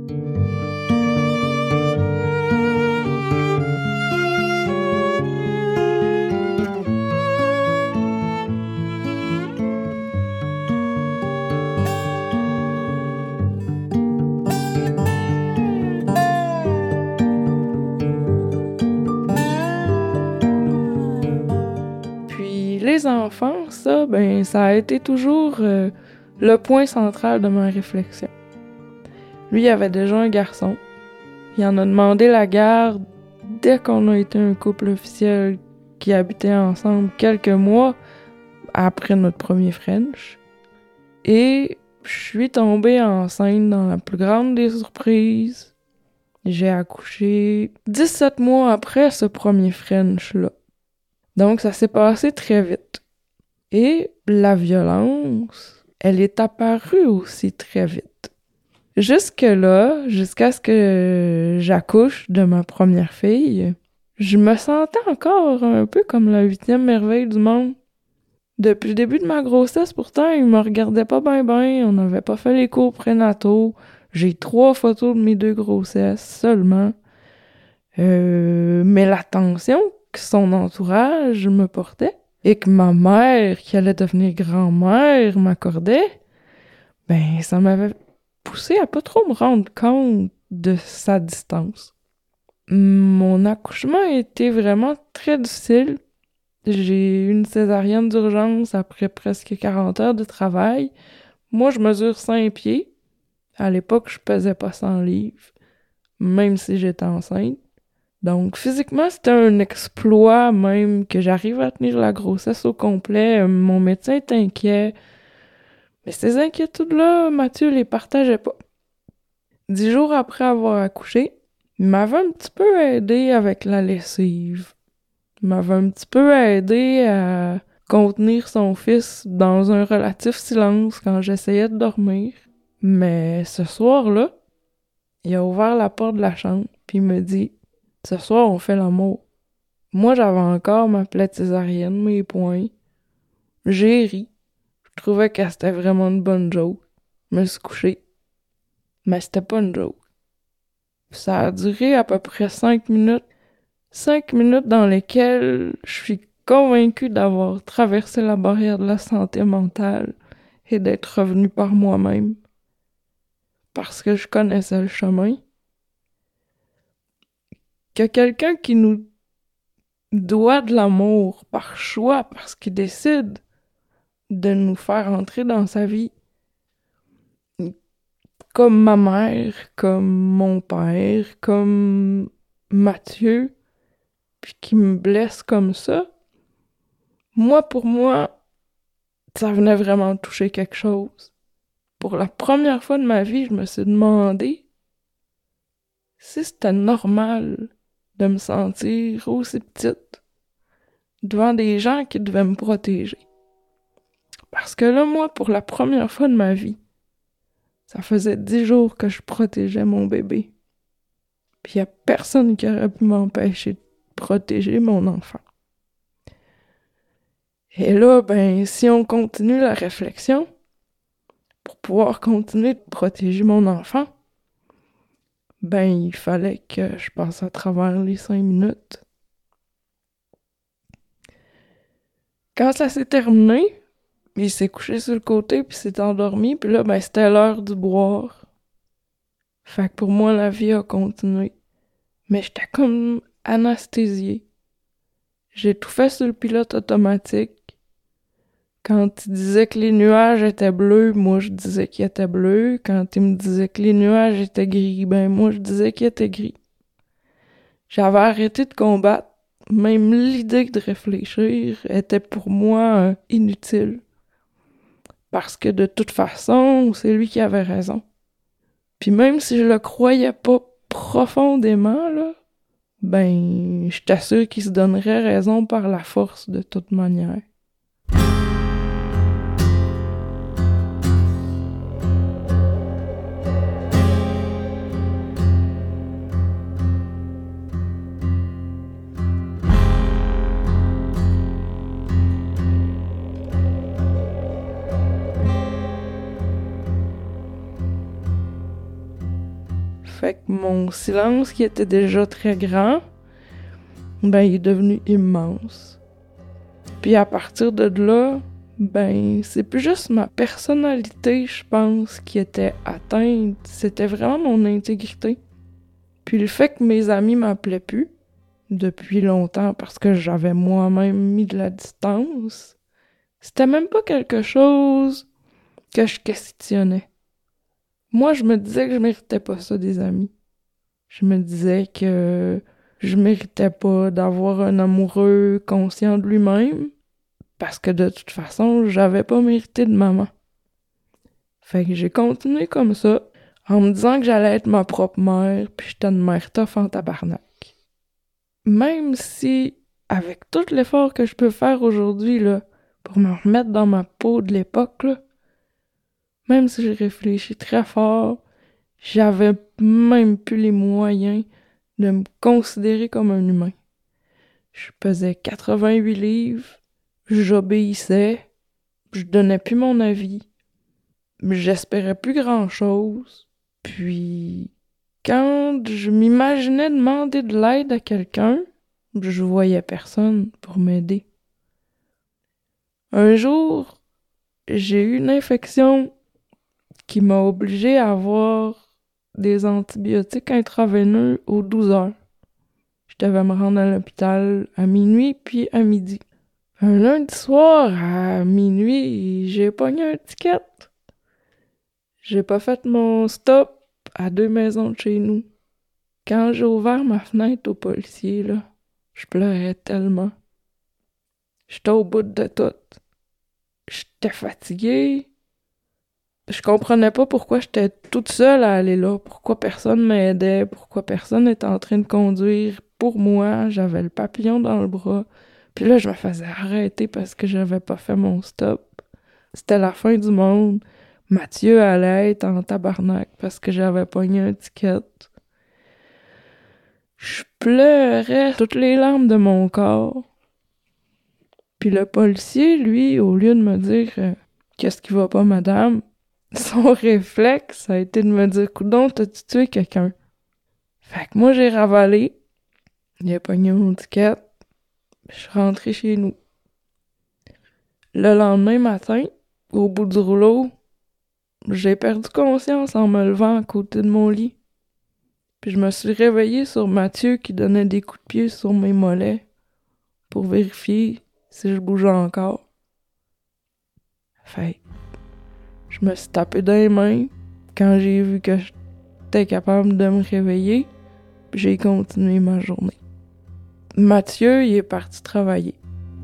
Les enfants, ça, ben, ça a été toujours euh, le point central de ma réflexion. Lui, il avait déjà un garçon. Il en a demandé la garde dès qu'on a été un couple officiel qui habitait ensemble quelques mois après notre premier French. Et je suis tombée enceinte dans la plus grande des surprises. J'ai accouché dix-sept mois après ce premier French-là. Donc ça s'est passé très vite. Et la violence, elle est apparue aussi très vite. Jusque-là, jusqu'à ce que j'accouche de ma première fille, je me sentais encore un peu comme la huitième merveille du monde. Depuis le début de ma grossesse, pourtant, il me regardait pas ben ben, on n'avait pas fait les cours prénataux. J'ai trois photos de mes deux grossesses seulement. Euh, mais l'attention que son entourage me portait et que ma mère, qui allait devenir grand-mère, m'accordait, ben ça m'avait poussé à pas trop me rendre compte de sa distance. Mon accouchement a été vraiment très difficile. J'ai eu une césarienne d'urgence après presque quarante heures de travail. Moi, je mesure cinq pieds. À l'époque, je pesais pas cent livres, même si j'étais enceinte. Donc, physiquement, c'était un exploit même que j'arrive à tenir la grossesse au complet. Mon médecin est inquiet. Mais ces inquiétudes-là, Mathieu les partageait pas. Dix jours après avoir accouché, il m'avait un petit peu aidé avec la lessive. Il m'avait un petit peu aidé à contenir son fils dans un relatif silence quand j'essayais de dormir. Mais ce soir-là, il a ouvert la porte de la chambre puis il me dit « Ce soir, on fait l'amour. » Moi, j'avais encore ma plaie césarienne, mes poings. J'ai ri. Je trouvais que c'était vraiment une bonne joke. Je me suis couchée. Mais c'était pas une joke. Ça a duré à peu près cinq minutes. Cinq minutes dans lesquelles je suis convaincue d'avoir traversé la barrière de la santé mentale et d'être revenue par moi-même. Parce que je connaissais le chemin. Que quelqu'un qui nous doit de l'amour par choix, parce qu'il décide de nous faire entrer dans sa vie, comme ma mère, comme mon père, comme Mathieu, puis qui me blesse comme ça, moi, pour moi, ça venait vraiment toucher quelque chose. Pour la première fois de ma vie, je me suis demandé si c'était normal de me sentir aussi petite devant des gens qui devaient me protéger. Parce que là, moi, pour la première fois de ma vie, ça faisait dix jours que je protégeais mon bébé. Puis il n'y a personne qui aurait pu m'empêcher de protéger mon enfant. Et là, ben, si on continue la réflexion, pour pouvoir continuer de protéger mon enfant, ben, il fallait que je passe à travers les cinq minutes. Quand ça s'est terminé, il s'est couché sur le côté puis s'est endormi, puis là, ben, c'était l'heure du boire. Fait que pour moi, la vie a continué. Mais j'étais comme anesthésiée. J'ai tout fait sur le pilote automatique. Quand il disait que les nuages étaient bleus, moi je disais qu'ils étaient bleus. Quand il me disait que les nuages étaient gris, ben moi je disais qu'ils étaient gris. J'avais arrêté de combattre. Même l'idée de réfléchir était pour moi euh, inutile. Parce que de toute façon, c'est lui qui avait raison. Puis même si je le croyais pas profondément, là, ben, je t'assure qu'il se donnerait raison par la force de toute manière. Fait que mon silence, qui était déjà très grand, ben, il est devenu immense. Puis à partir de là, ben, c'est plus juste ma personnalité, je pense, qui était atteinte. C'était vraiment mon intégrité. Puis le fait que mes amis m'appelaient plus, depuis longtemps, parce que j'avais moi-même mis de la distance, c'était même pas quelque chose que je questionnais. Moi, je me disais que je méritais pas ça des amis. Je me disais que je méritais pas d'avoir un amoureux conscient de lui-même, parce que de toute façon, j'avais pas mérité de maman. Fait que j'ai continué comme ça, en me disant que j'allais être ma propre mère, puis j'étais une mère tough en tabarnak. Même si, avec tout l'effort que je peux faire aujourd'hui, là, pour me remettre dans ma peau de l'époque, là, même si j'ai réfléchi très fort, j'avais même plus les moyens de me considérer comme un humain. Je pesais quatre-vingt-huit livres, j'obéissais, je donnais plus mon avis, j'espérais plus grand-chose, puis quand je m'imaginais demander de l'aide à quelqu'un, je voyais personne pour m'aider. Un jour, j'ai eu une infection qui m'a obligée à avoir des antibiotiques intraveineux aux douze heures. Je devais me rendre à l'hôpital à minuit puis à midi. Un lundi soir, à minuit, j'ai pogné un ticket. J'ai pas fait mon stop à deux maisons de chez nous. Quand j'ai ouvert ma fenêtre au policier, là, je pleurais tellement. J'étais au bout de tout. J'étais fatiguée. Je comprenais pas pourquoi j'étais toute seule à aller là, pourquoi personne m'aidait, pourquoi personne était en train de conduire pour moi. J'avais le papillon dans le bras. Puis là, je me faisais arrêter parce que j'avais pas fait mon stop. C'était la fin du monde. Mathieu allait être en tabarnak parce que j'avais pogné un ticket. Je pleurais toutes les larmes de mon corps. Puis le policier, lui, au lieu de me dire euh, « Qu'est-ce qui va pas, madame? » Son réflexe, ça a été de me dire « Coudon, t'as-tu tué quelqu'un? » Fait que moi, j'ai ravalé. J'ai pogné mon ticket. Je suis rentrée chez nous. Le lendemain matin, au bout du rouleau, j'ai perdu conscience en me levant à côté de mon lit. Puis je me suis réveillée sur Mathieu qui donnait des coups de pied sur mes mollets pour vérifier si je bougeais encore. Fait je me suis tapé dans les mains quand j'ai vu que j'étais capable de me réveiller, puis j'ai continué ma journée. Mathieu, il est parti travailler.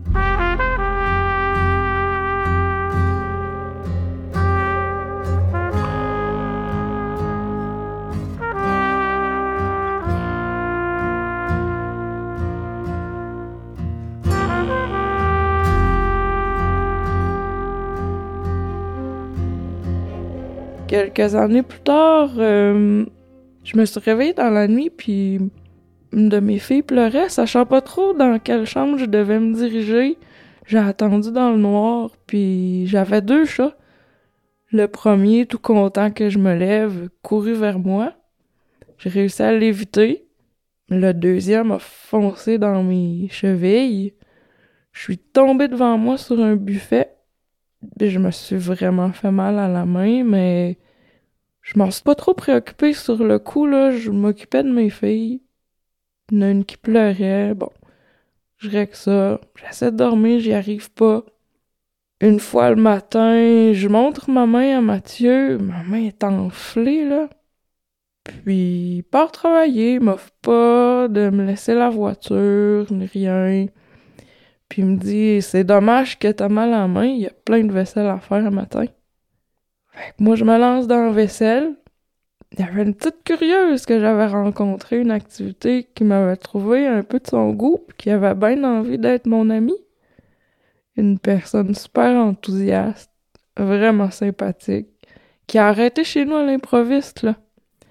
Quelques années plus tard, euh, je me suis réveillée dans la nuit, puis une de mes filles pleurait, sachant pas trop dans quelle chambre je devais me diriger. J'ai attendu dans le noir, puis j'avais deux chats. Le premier, tout content que je me lève, courut vers moi. J'ai réussi à l'éviter. Le deuxième a foncé dans mes chevilles. Je suis tombée devant moi sur un buffet. Je me suis vraiment fait mal à la main, mais je m'en suis pas trop préoccupée sur le coup, là. Je m'occupais de mes filles. Il y en a une qui pleurait. Bon, je règle ça. J'essaie de dormir, j'y arrive pas. Une fois le matin, je montre ma main à Mathieu. Ma main est enflée, là. Puis, il part travailler. Il m'offre pas de me laisser la voiture, ni rien. Puis il me dit, c'est dommage que t'as mal à la main, il y a plein de vaisselle à faire le matin. Fait que moi, je me lance dans la vaisselle. Il y avait une petite curieuse que j'avais rencontrée, une activité qui m'avait trouvé un peu de son goût, puis qui avait bien envie d'être mon amie. Une personne super enthousiaste, vraiment sympathique, qui a arrêté chez nous à l'improviste, là.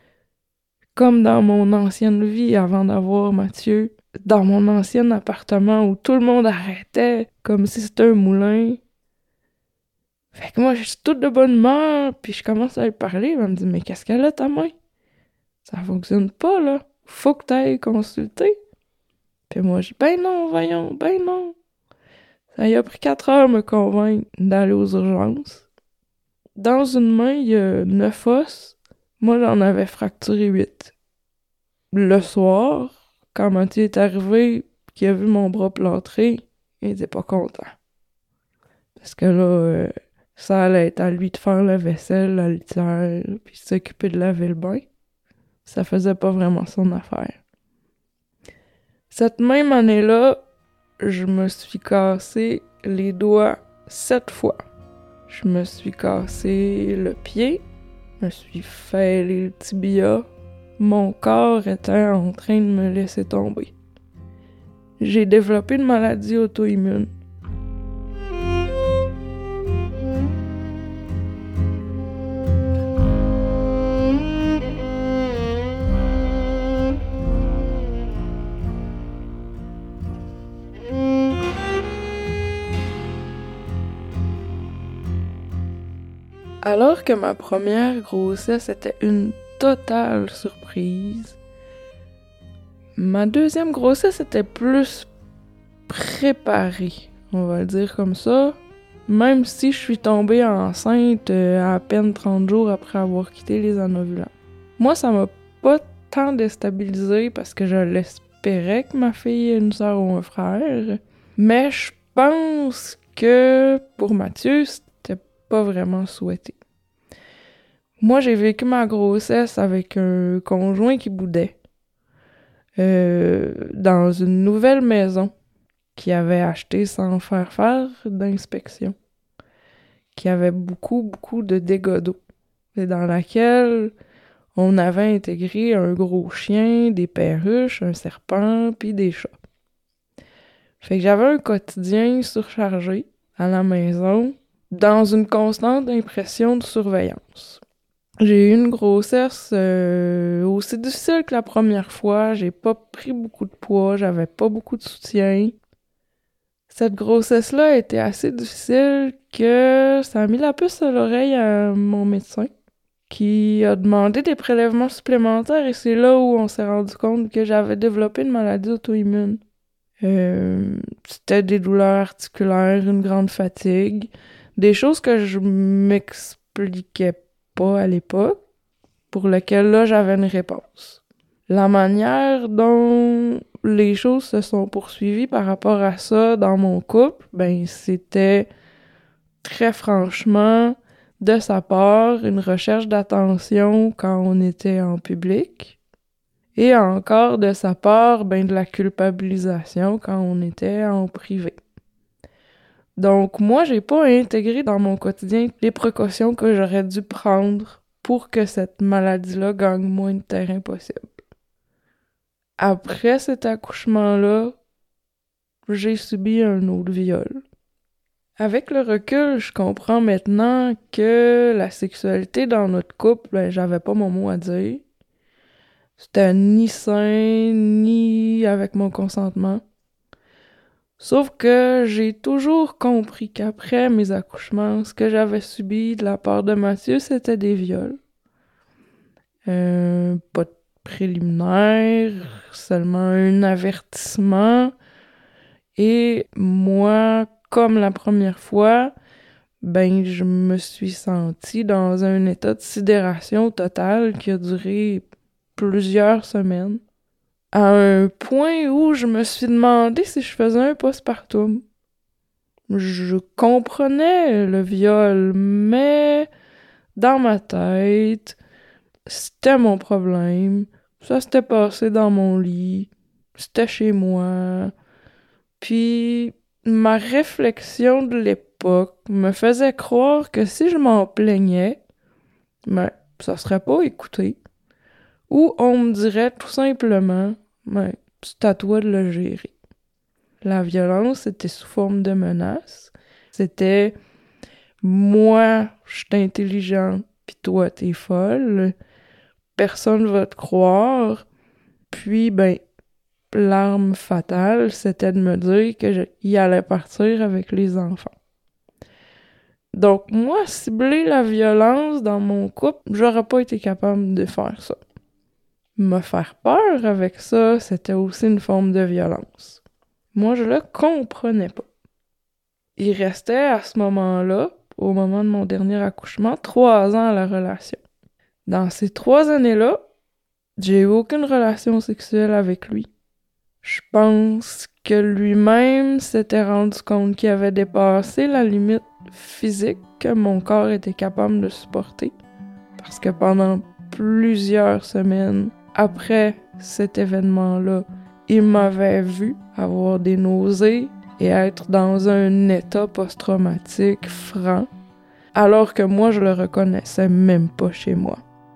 Comme dans mon ancienne vie avant d'avoir Mathieu. Dans mon ancien appartement où tout le monde arrêtait comme si c'était un moulin. Fait que moi, je suis toute de bonne humeur, puis je commence à lui parler. Elle me dit « Mais qu'est-ce qu'elle a, ta main? Ça fonctionne pas, là. Faut que t'ailles consulter. » Puis moi, je dis « Ben non, voyons, ben non. » Ça y a pris quatre heures me convaincre d'aller aux urgences. Dans une main, il y a neuf os. Moi, j'en avais fracturé huit. Le soir, quand Mathieu est arrivé, qu'il a vu mon bras plâtré, il était pas content. Parce que là, euh, ça allait être à lui de faire la vaisselle, la litière, puis s'occuper de laver le bain. ça faisait pas vraiment son affaire. Cette même année-là, je me suis cassé les doigts sept fois. Je me suis cassé le pied, je me suis fait le tibia. Mon corps était en train de me laisser tomber. J'ai développé une maladie auto-immune. Alors que ma première grossesse était une totale surprise, ma deuxième grossesse était plus préparée, on va le dire comme ça, même si je suis tombée enceinte à, à peine trente jours après avoir quitté les anovulants. Moi, ça m'a pas tant déstabilisée parce que je l'espérais que ma fille ait une sœur ou un frère, mais je pense que pour Mathieu, c'était pas vraiment souhaité. Moi, j'ai vécu ma grossesse avec un conjoint qui boudait euh, dans une nouvelle maison qu'il avait achetée sans faire faire d'inspection, qui avait beaucoup, beaucoup de dégâts d'eau, et dans laquelle on avait intégré un gros chien, des perruches, un serpent, puis des chats. Fait que j'avais un quotidien surchargé à la maison, dans une constante impression de surveillance. J'ai eu une grossesse euh, aussi difficile que la première fois. J'ai pas pris beaucoup de poids, j'avais pas beaucoup de soutien. Cette grossesse-là était assez difficile que ça a mis la puce à l'oreille à mon médecin, qui a demandé des prélèvements supplémentaires, et c'est là où on s'est rendu compte que j'avais développé une maladie auto-immune. Euh, c'était des douleurs articulaires, une grande fatigue, des choses que je m'expliquais pas à l'époque, pour lesquelles là j'avais une réponse. La manière dont les choses se sont poursuivies par rapport à ça dans mon couple, ben c'était très franchement de sa part une recherche d'attention quand on était en public, et encore de sa part ben de la culpabilisation quand on était en privé. Donc moi, j'ai pas intégré dans mon quotidien les précautions que j'aurais dû prendre pour que cette maladie-là gagne moins de terrain possible. Après cet accouchement-là, j'ai subi un autre viol. Avec le recul, je comprends maintenant que la sexualité dans notre couple, ben, j'avais pas mon mot à dire. C'était ni sain, ni avec mon consentement. Sauf que j'ai toujours compris qu'après mes accouchements, ce que j'avais subi de la part de Mathieu, c'était des viols. Euh, pas de préliminaire, seulement un avertissement. Et moi, comme la première fois, ben je me suis sentie dans un état de sidération totale qui a duré plusieurs semaines. À un point où je me suis demandé si je faisais un postpartum. Je comprenais le viol, mais dans ma tête, c'était mon problème. Ça s'était passé dans mon lit. C'était chez moi. Puis ma réflexion de l'époque me faisait croire que si je m'en plaignais, ben, ça serait pas écouté. Ou on me dirait tout simplement, ben, c'est à toi de le gérer. La violence, c'était sous forme de menace. C'était moi, je suis intelligente, pis toi, t'es folle. Personne va te croire. Puis, ben, l'arme fatale, c'était de me dire que je, il allait partir avec les enfants. Donc, moi, cibler la violence dans mon couple, j'aurais pas été capable de faire ça. Me faire peur avec ça, c'était aussi une forme de violence. Moi, je le comprenais pas. Il restait à ce moment-là, au moment de mon dernier accouchement, trois ans à la relation. Dans ces trois années-là, j'ai eu aucune relation sexuelle avec lui. Je pense que lui-même s'était rendu compte qu'il avait dépassé la limite physique que mon corps était capable de supporter. Parce que pendant plusieurs semaines, après cet événement-là, il m'avait vu avoir des nausées et être dans un état post-traumatique franc, alors que moi, je le reconnaissais même pas chez moi.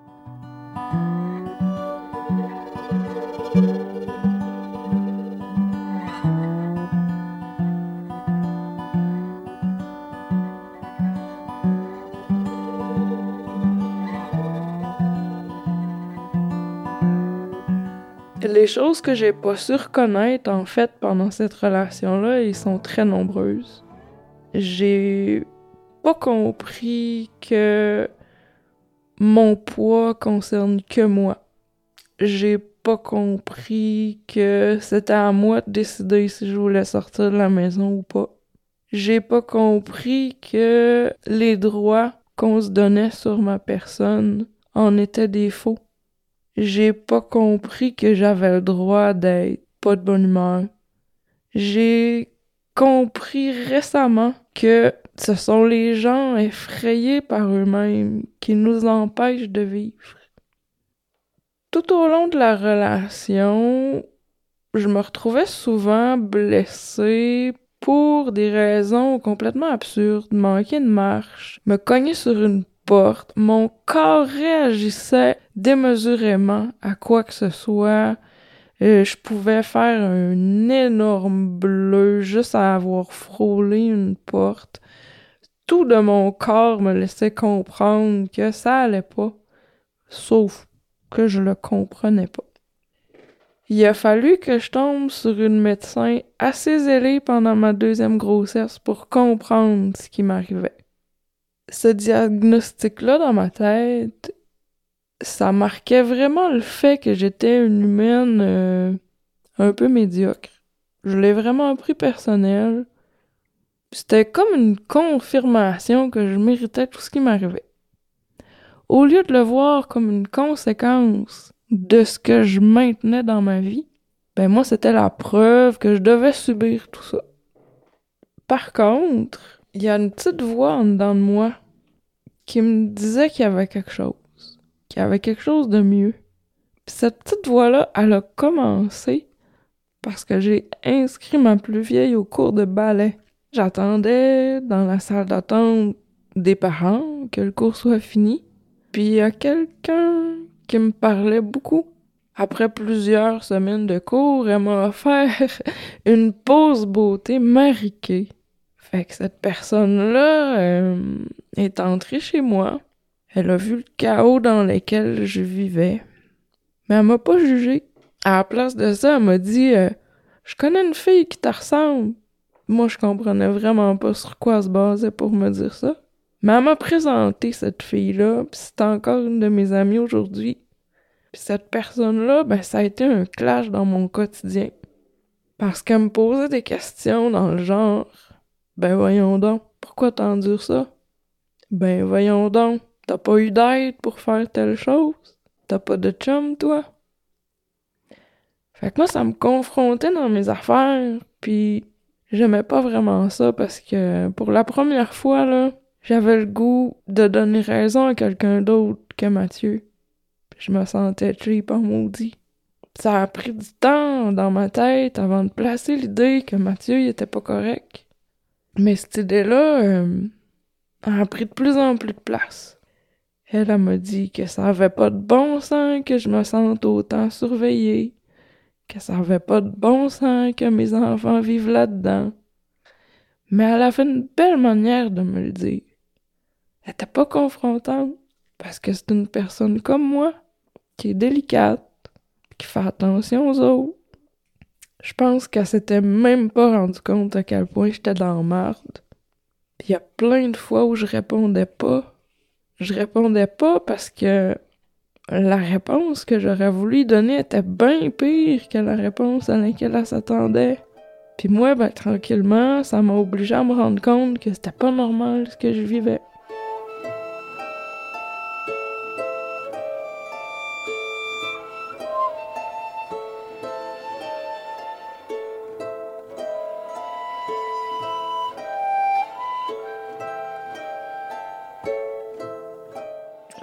Les choses que j'ai pas su reconnaître, en fait, pendant cette relation-là, ils sont très nombreuses. J'ai pas compris que mon poids concerne que moi. J'ai pas compris que c'était à moi de décider si je voulais sortir de la maison ou pas. J'ai pas compris que les droits qu'on se donnait sur ma personne en étaient des faux. J'ai pas compris que j'avais le droit d'être pas de bonne humeur. J'ai compris récemment que ce sont les gens effrayés par eux-mêmes qui nous empêchent de vivre. Tout au long de la relation, je me retrouvais souvent blessée pour des raisons complètement absurdes, manquer de marche, me cogner sur une porte. Mon corps réagissait démesurément à quoi que ce soit. Euh, je pouvais faire un énorme bleu juste à avoir frôlé une porte. Tout de mon corps me laissait comprendre que ça allait pas, sauf que je le comprenais pas. Il a fallu que je tombe sur une médecin assez zélée pendant ma deuxième grossesse pour comprendre ce qui m'arrivait. Ce diagnostic-là dans ma tête, ça marquait vraiment le fait que j'étais une humaine euh, un peu médiocre. Je l'ai vraiment pris personnel. C'était comme une confirmation que je méritais tout ce qui m'arrivait. Au lieu de le voir comme une conséquence de ce que je maintenais dans ma vie, ben moi, c'était la preuve que je devais subir tout ça. Par contre, il y a une petite voix en dedans de moi qui me disait qu'il y avait quelque chose, qu'il y avait quelque chose de mieux. Puis cette petite voix-là, elle a commencé parce que j'ai inscrit ma plus vieille au cours de ballet. J'attendais dans la salle d'attente des parents que le cours soit fini. Puis il y a quelqu'un qui me parlait beaucoup. Après plusieurs semaines de cours, elle m'a offert une pause beauté mariquée. Fait que cette personne-là euh, est entrée chez moi. Elle a vu le chaos dans lequel je vivais. Mais elle m'a pas jugée. À la place de ça, elle m'a dit euh, « Je connais une fille qui te ressemble. » Moi, je comprenais vraiment pas sur quoi elle se basait pour me dire ça. Mais elle m'a présenté cette fille-là, pis c'est encore une de mes amies aujourd'hui. Puis cette personne-là, ben ça a été un clash dans mon quotidien. Parce qu'elle me posait des questions dans le genre « Ben voyons donc, pourquoi t'endures ça? Ben voyons donc, t'as pas eu d'aide pour faire telle chose? T'as pas de chum, toi? » Fait que moi, ça me confrontait dans mes affaires, puis j'aimais pas vraiment ça parce que pour la première fois, là, j'avais le goût de donner raison à quelqu'un d'autre que Mathieu. Puis je me sentais cheap en maudit. Ça a pris du temps dans ma tête avant de placer l'idée que Mathieu il était pas correct. Mais cette idée-là euh, a pris de plus en plus de place. Elle, elle m'a dit que ça avait pas de bon sens que je me sente autant surveillée, que ça avait pas de bon sens que mes enfants vivent là-dedans. Mais elle a fait une belle manière de me le dire. Elle était pas confrontante, parce que c'est une personne comme moi, qui est délicate, qui fait attention aux autres. Je pense qu'elle s'était même pas rendu compte à quel point j'étais dans la merde. Puis il y a plein de fois où je répondais pas. Je répondais pas parce que la réponse que j'aurais voulu donner était bien pire que la réponse à laquelle elle s'attendait. Puis moi, ben tranquillement, ça m'a obligé à me rendre compte que c'était pas normal ce que je vivais.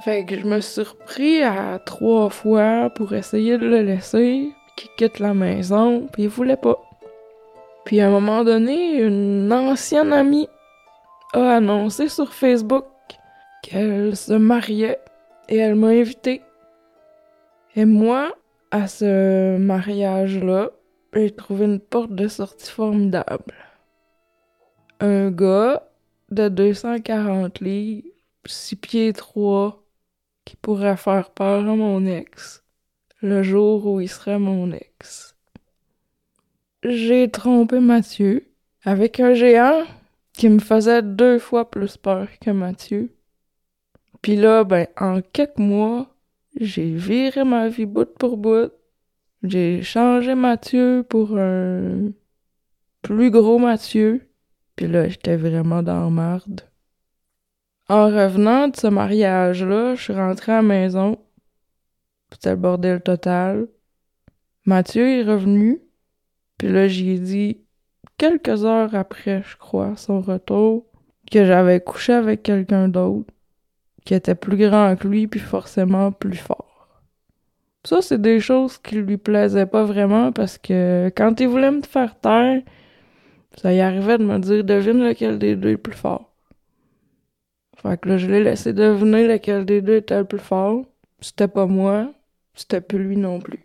Fait que je me suis repris à trois fois pour essayer de le laisser, qu'il quitte la maison, puis il voulait pas. Puis à un moment donné, une ancienne amie a annoncé sur Facebook qu'elle se mariait et elle m'a invité. Et moi, à ce mariage-là, j'ai trouvé une porte de sortie formidable. Un gars de deux cent quarante livres, six pieds trois, qui pourrait faire peur à mon ex, le jour où il serait mon ex. J'ai trompé Mathieu avec un géant qui me faisait deux fois plus peur que Mathieu. Puis là, ben, en quelques mois, j'ai viré ma vie bout pour bout. J'ai changé Mathieu pour un plus gros Mathieu. Puis là, j'étais vraiment dans la marde. En revenant de ce mariage-là, je suis rentrée à la maison. C'était le bordel total. Mathieu est revenu. Puis là, j'ai dit, quelques heures après, je crois, son retour, que j'avais couché avec quelqu'un d'autre, qui était plus grand que lui, puis forcément plus fort. Ça, c'est des choses qui lui plaisaient pas vraiment, parce que quand il voulait me faire taire, ça y arrivait de me dire, devine lequel des deux est plus fort. Fait que là, je l'ai laissé deviner lequel des deux était le plus fort. C'était pas moi, c'était plus lui non plus.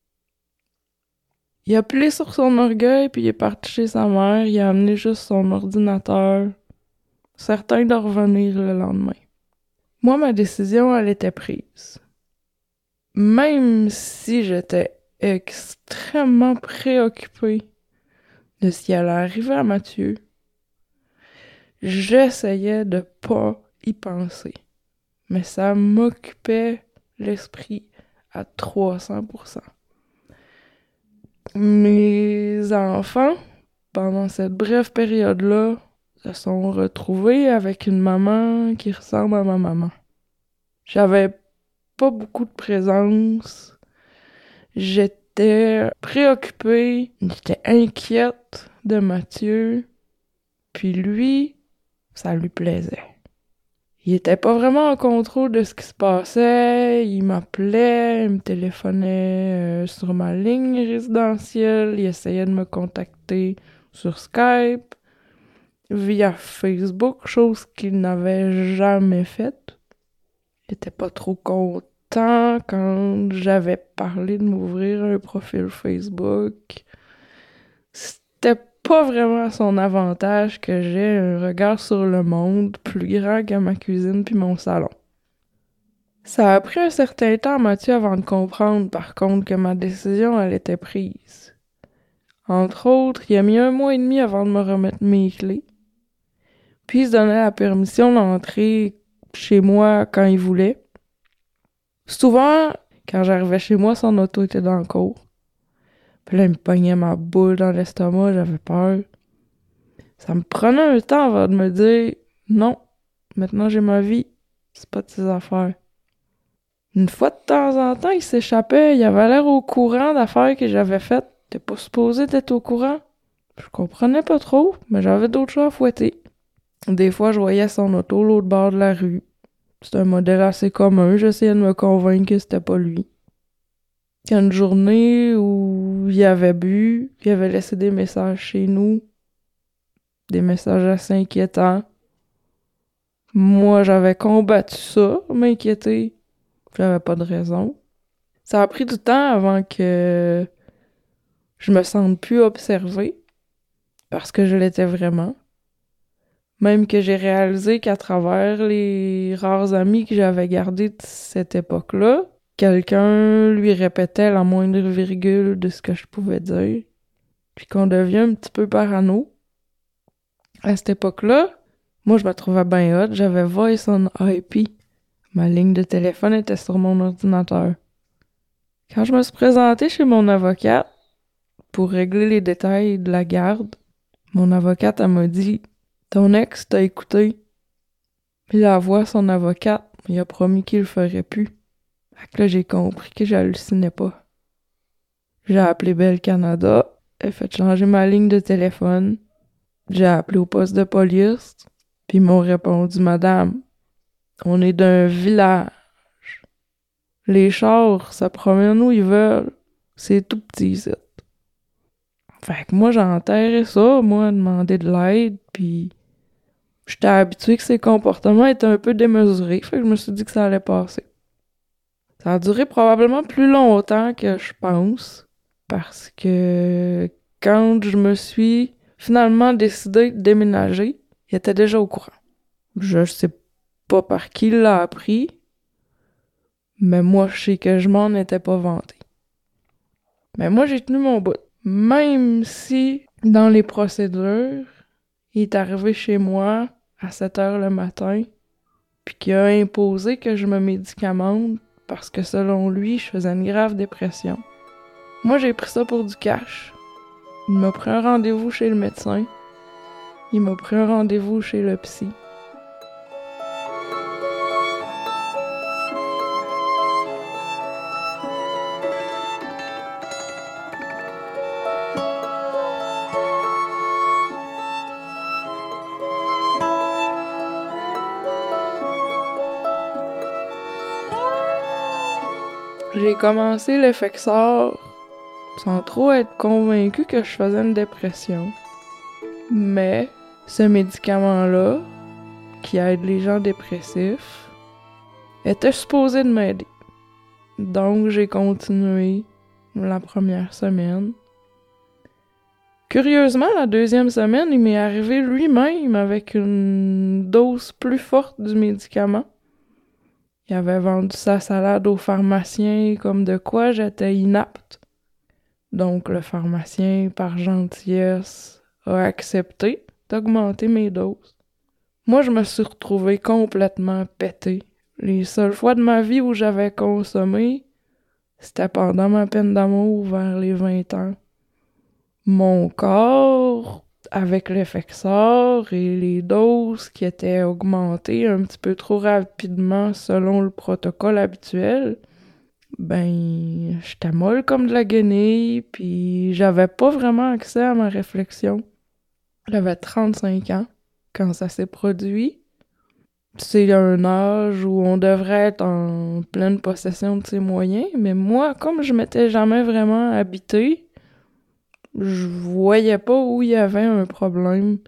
Il a plié sur son orgueil, puis il est parti chez sa mère, il a amené juste son ordinateur, certain de revenir le lendemain. Moi, ma décision, elle était prise. Même si j'étais extrêmement préoccupée de ce qui allait arriver à Mathieu, j'essayais de pas y penser. Mais ça m'occupait l'esprit à trois cents pour cent. Mes enfants, pendant cette brève période-là, se sont retrouvés avec une maman qui ressemble à ma maman. J'avais pas beaucoup de présence. J'étais préoccupée, j'étais inquiète de Mathieu. Puis lui, ça lui plaisait. Il était pas vraiment en contrôle de ce qui se passait. Il m'appelait, il me téléphonait euh, sur ma ligne résidentielle. Il essayait de me contacter sur Skype, via Facebook, chose qu'il n'avait jamais faite. Il était pas trop content quand j'avais parlé de m'ouvrir un profil Facebook. C'était pas vraiment à son avantage que j'ai un regard sur le monde plus grand que ma cuisine puis mon salon. Ça a pris un certain temps à Mathieu avant de comprendre, par contre, que ma décision, elle était prise. Entre autres, il a mis un mois et demi avant de me remettre mes clés. Puis il se donnait la permission d'entrer chez moi quand il voulait. Souvent, quand j'arrivais chez moi, son auto était dans le cour. Puis là, il me pognait ma boule dans l'estomac, j'avais peur. Ça me prenait un temps avant de me dire « Non, maintenant j'ai ma vie, c'est pas de ses affaires. » Une fois de temps en temps, il s'échappait, il avait l'air au courant d'affaires que j'avais faites. T'es pas supposé d'être au courant. Je comprenais pas trop, mais j'avais d'autres choses à fouetter. Des fois, je voyais son auto l'autre bord de la rue. C'est un modèle assez commun, j'essayais de me convaincre que c'était pas lui. Il y a une journée où il avait bu, il avait laissé des messages chez nous, des messages assez inquiétants. Moi, j'avais combattu ça, m'inquiéter. J'avais pas de raison. Ça a pris du temps avant que je me sente plus observée, parce que je l'étais vraiment. Même que j'ai réalisé qu'à travers les rares amis que j'avais gardés de cette époque-là, quelqu'un lui répétait la moindre virgule de ce que je pouvais dire, puis qu'on devient un petit peu parano. À cette époque-là, moi, je me trouvais bien hot, j'avais Voice on I P. Ma ligne de téléphone était sur mon ordinateur. Quand je me suis présentée chez mon avocate pour régler les détails de la garde, mon avocate, elle m'a dit « Ton ex t'a écouté. » Puis la voix, son avocate, il a promis qu'il le ferait plus. Fait que là, j'ai compris que j'hallucinais pas. J'ai appelé Bell Canada, elle a fait changer ma ligne de téléphone. J'ai appelé au poste de police, puis ils m'ont répondu « Madame, on est d'un village. Les chars, ça promène où ils veulent. C'est tout petit, ici. Fait que moi, j'enterrais ça, moi, demander de l'aide, puis j'étais habituée que ses comportements étaient un peu démesurés, fait que je me suis dit que ça allait passer. Ça a duré probablement plus longtemps que je pense, parce que quand je me suis finalement décidée de déménager, il était déjà au courant. Je sais pas par qui il l'a appris, mais moi, je sais que je m'en étais pas vanté. Mais moi, j'ai tenu mon bout. Même si, dans les procédures, il est arrivé chez moi à sept heures le matin, puis qu'il a imposé que je me médicamente parce que selon lui, je faisais une grave dépression. Moi, j'ai pris ça pour du cash. Il m'a pris un rendez-vous chez le médecin. Il m'a pris un rendez-vous chez le psy. J'ai commencé l'Effexor sans trop être convaincue que je faisais une dépression. Mais ce médicament-là, qui aide les gens dépressifs, était supposé de m'aider. Donc j'ai continué la première semaine. Curieusement, la deuxième semaine, il m'est arrivé lui-même avec une dose plus forte du médicament. Il avait vendu sa salade au pharmacien comme de quoi j'étais inapte. Donc le pharmacien, par gentillesse, a accepté d'augmenter mes doses. Moi, je me suis retrouvée complètement pétée. Les seules fois de ma vie où j'avais consommé, c'était pendant ma peine d'amour vers les vingt ans. Mon corps, avec l'Effexor et les doses qui étaient augmentées un petit peu trop rapidement selon le protocole habituel, ben, j'étais molle comme de la guenille, puis j'avais pas vraiment accès à ma réflexion. J'avais trente-cinq ans quand ça s'est produit. C'est un âge où on devrait être en pleine possession de ses moyens, mais moi, comme je m'étais jamais vraiment habitée, je voyais pas où il y avait un problème.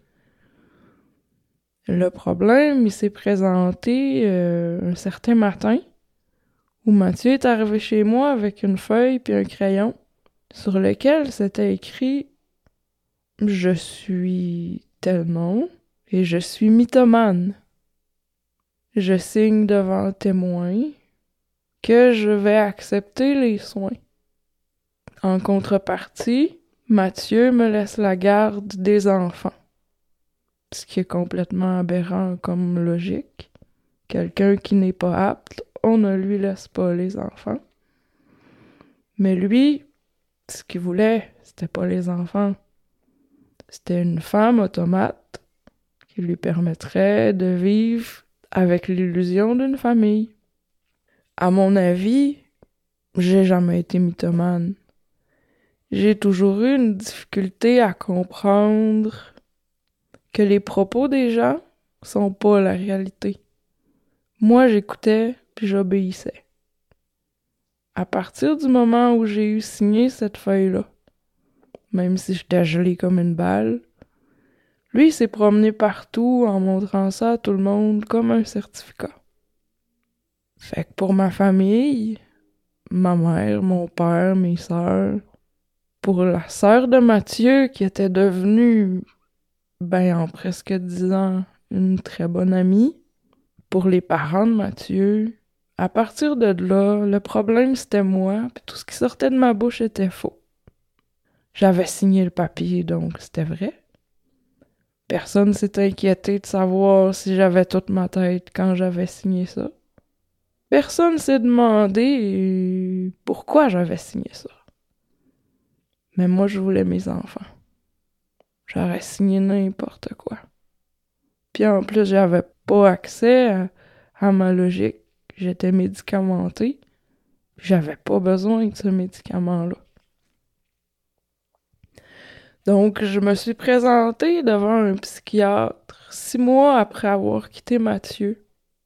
Le problème, il s'est présenté euh, un certain matin où Mathieu est arrivé chez moi avec une feuille puis un crayon sur lequel c'était écrit « Je suis tel nom et je suis mythomane. Je signe devant témoin que je vais accepter les soins. En contrepartie, Mathieu me laisse la garde des enfants. » Ce qui est complètement aberrant comme logique. Quelqu'un qui n'est pas apte, on ne lui laisse pas les enfants. Mais lui, ce qu'il voulait, c'était pas les enfants. C'était une femme automate qui lui permettrait de vivre avec l'illusion d'une famille. À mon avis, j'ai jamais été mythomane. J'ai toujours eu une difficulté à comprendre que les propos des gens sont pas la réalité. Moi, j'écoutais puis j'obéissais. À partir du moment où j'ai eu signé cette feuille-là, même si j'étais gelée comme une balle, lui, il s'est promené partout en montrant ça à tout le monde comme un certificat. Fait que pour ma famille, ma mère, mon père, mes sœurs, pour la sœur de Mathieu qui était devenue, ben en presque dix ans, une très bonne amie, pour les parents de Mathieu, à partir de là, le problème c'était moi, puis tout ce qui sortait de ma bouche était faux. J'avais signé le papier, donc c'était vrai. Personne s'est inquiété de savoir si j'avais toute ma tête quand j'avais signé ça. Personne s'est demandé pourquoi j'avais signé ça. Mais moi, je voulais mes enfants. J'aurais signé n'importe quoi. Puis en plus, j'avais pas accès à, à ma logique. J'étais médicamentée. J'avais pas besoin de ce médicament-là. Donc, je me suis présentée devant un psychiatre six mois après avoir quitté Mathieu.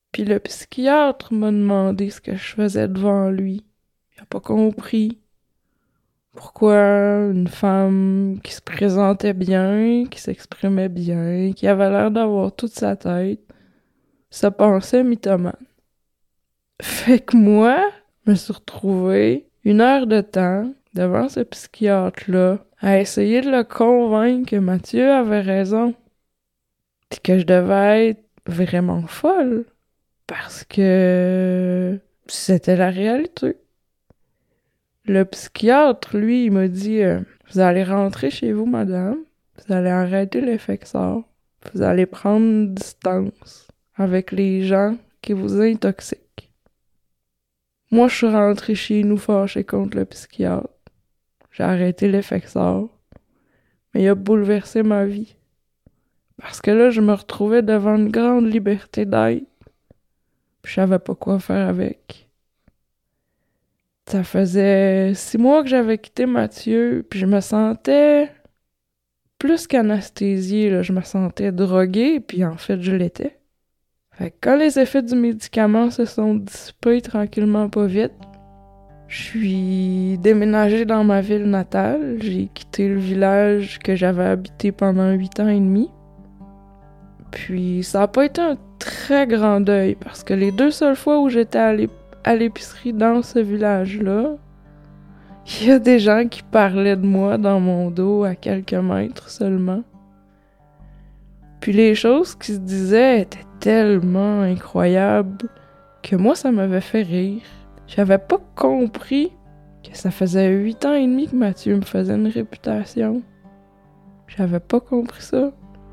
Puis le psychiatre m'a demandé ce que je faisais devant lui. Il a pas compris pourquoi une femme qui se présentait bien, qui s'exprimait bien, qui avait l'air d'avoir toute sa tête, se pensait mythomane. Fait que moi, je me suis retrouvée une heure de temps devant ce psychiatre-là à essayer de le convaincre que Mathieu avait raison. Puis que je devais être vraiment folle. Parce que c'était la réalité. Le psychiatre, lui, il m'a dit euh, « Vous allez rentrer chez vous, madame. Vous allez arrêter l'effexor. Vous allez prendre distance avec les gens qui vous intoxiquent. » Moi, je suis rentrée chez nous fâchée contre le psychiatre. J'ai arrêté l'effexor. Mais il a bouleversé ma vie. Parce que là, je me retrouvais devant une grande liberté d'être. Puis je savais pas quoi faire avec. Ça faisait six mois que j'avais quitté Mathieu, puis je me sentais plus qu'anesthésiée, là. Je me sentais droguée, puis en fait, je l'étais. Fait que quand les effets du médicament se sont dissipés tranquillement pas vite, je suis déménagée dans ma ville natale. J'ai quitté le village que j'avais habité pendant huit ans et demi. Puis ça a pas été un très grand deuil, parce que les deux seules fois où j'étais allée à l'épicerie dans ce village-là, il y a des gens qui parlaient de moi dans mon dos à quelques mètres seulement. Puis les choses qui se disaient étaient tellement incroyables que moi, ça m'avait fait rire. J'avais pas compris que ça faisait huit ans et demi que Mathieu me faisait une réputation. J'avais pas compris ça.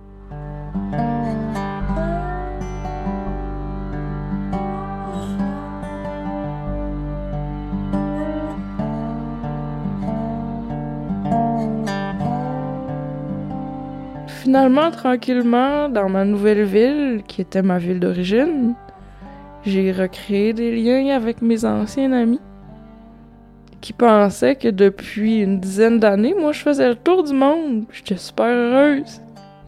Finalement, tranquillement, dans ma nouvelle ville, qui était ma ville d'origine, j'ai recréé des liens avec mes anciens amis qui pensaient que depuis une dizaine d'années, moi, je faisais le tour du monde. J'étais super heureuse.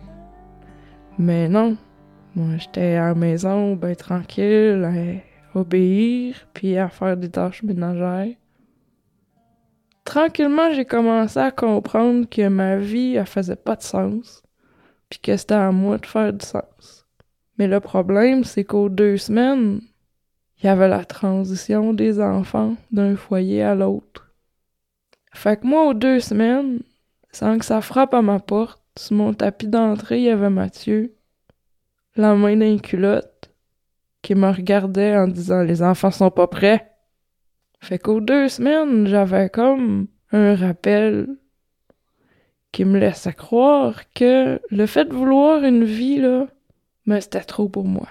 Mais non. Moi, j'étais à la maison, ben tranquille, à obéir, puis à faire des tâches ménagères. Tranquillement, j'ai commencé à comprendre que ma vie, elle faisait pas de sens. Puis que c'était à moi de faire du sens. Mais le problème, c'est qu'aux deux semaines, il y avait la transition des enfants d'un foyer à l'autre. Fait que moi, aux deux semaines, sans que ça frappe à ma porte, sur mon tapis d'entrée, il y avait Mathieu, la main dans les culottes, qui me regardait en disant « Les enfants sont pas prêts ». Fait qu'aux deux semaines, j'avais comme un rappel qui me laissait croire que le fait de vouloir une vie, là, mais c'était trop pour moi.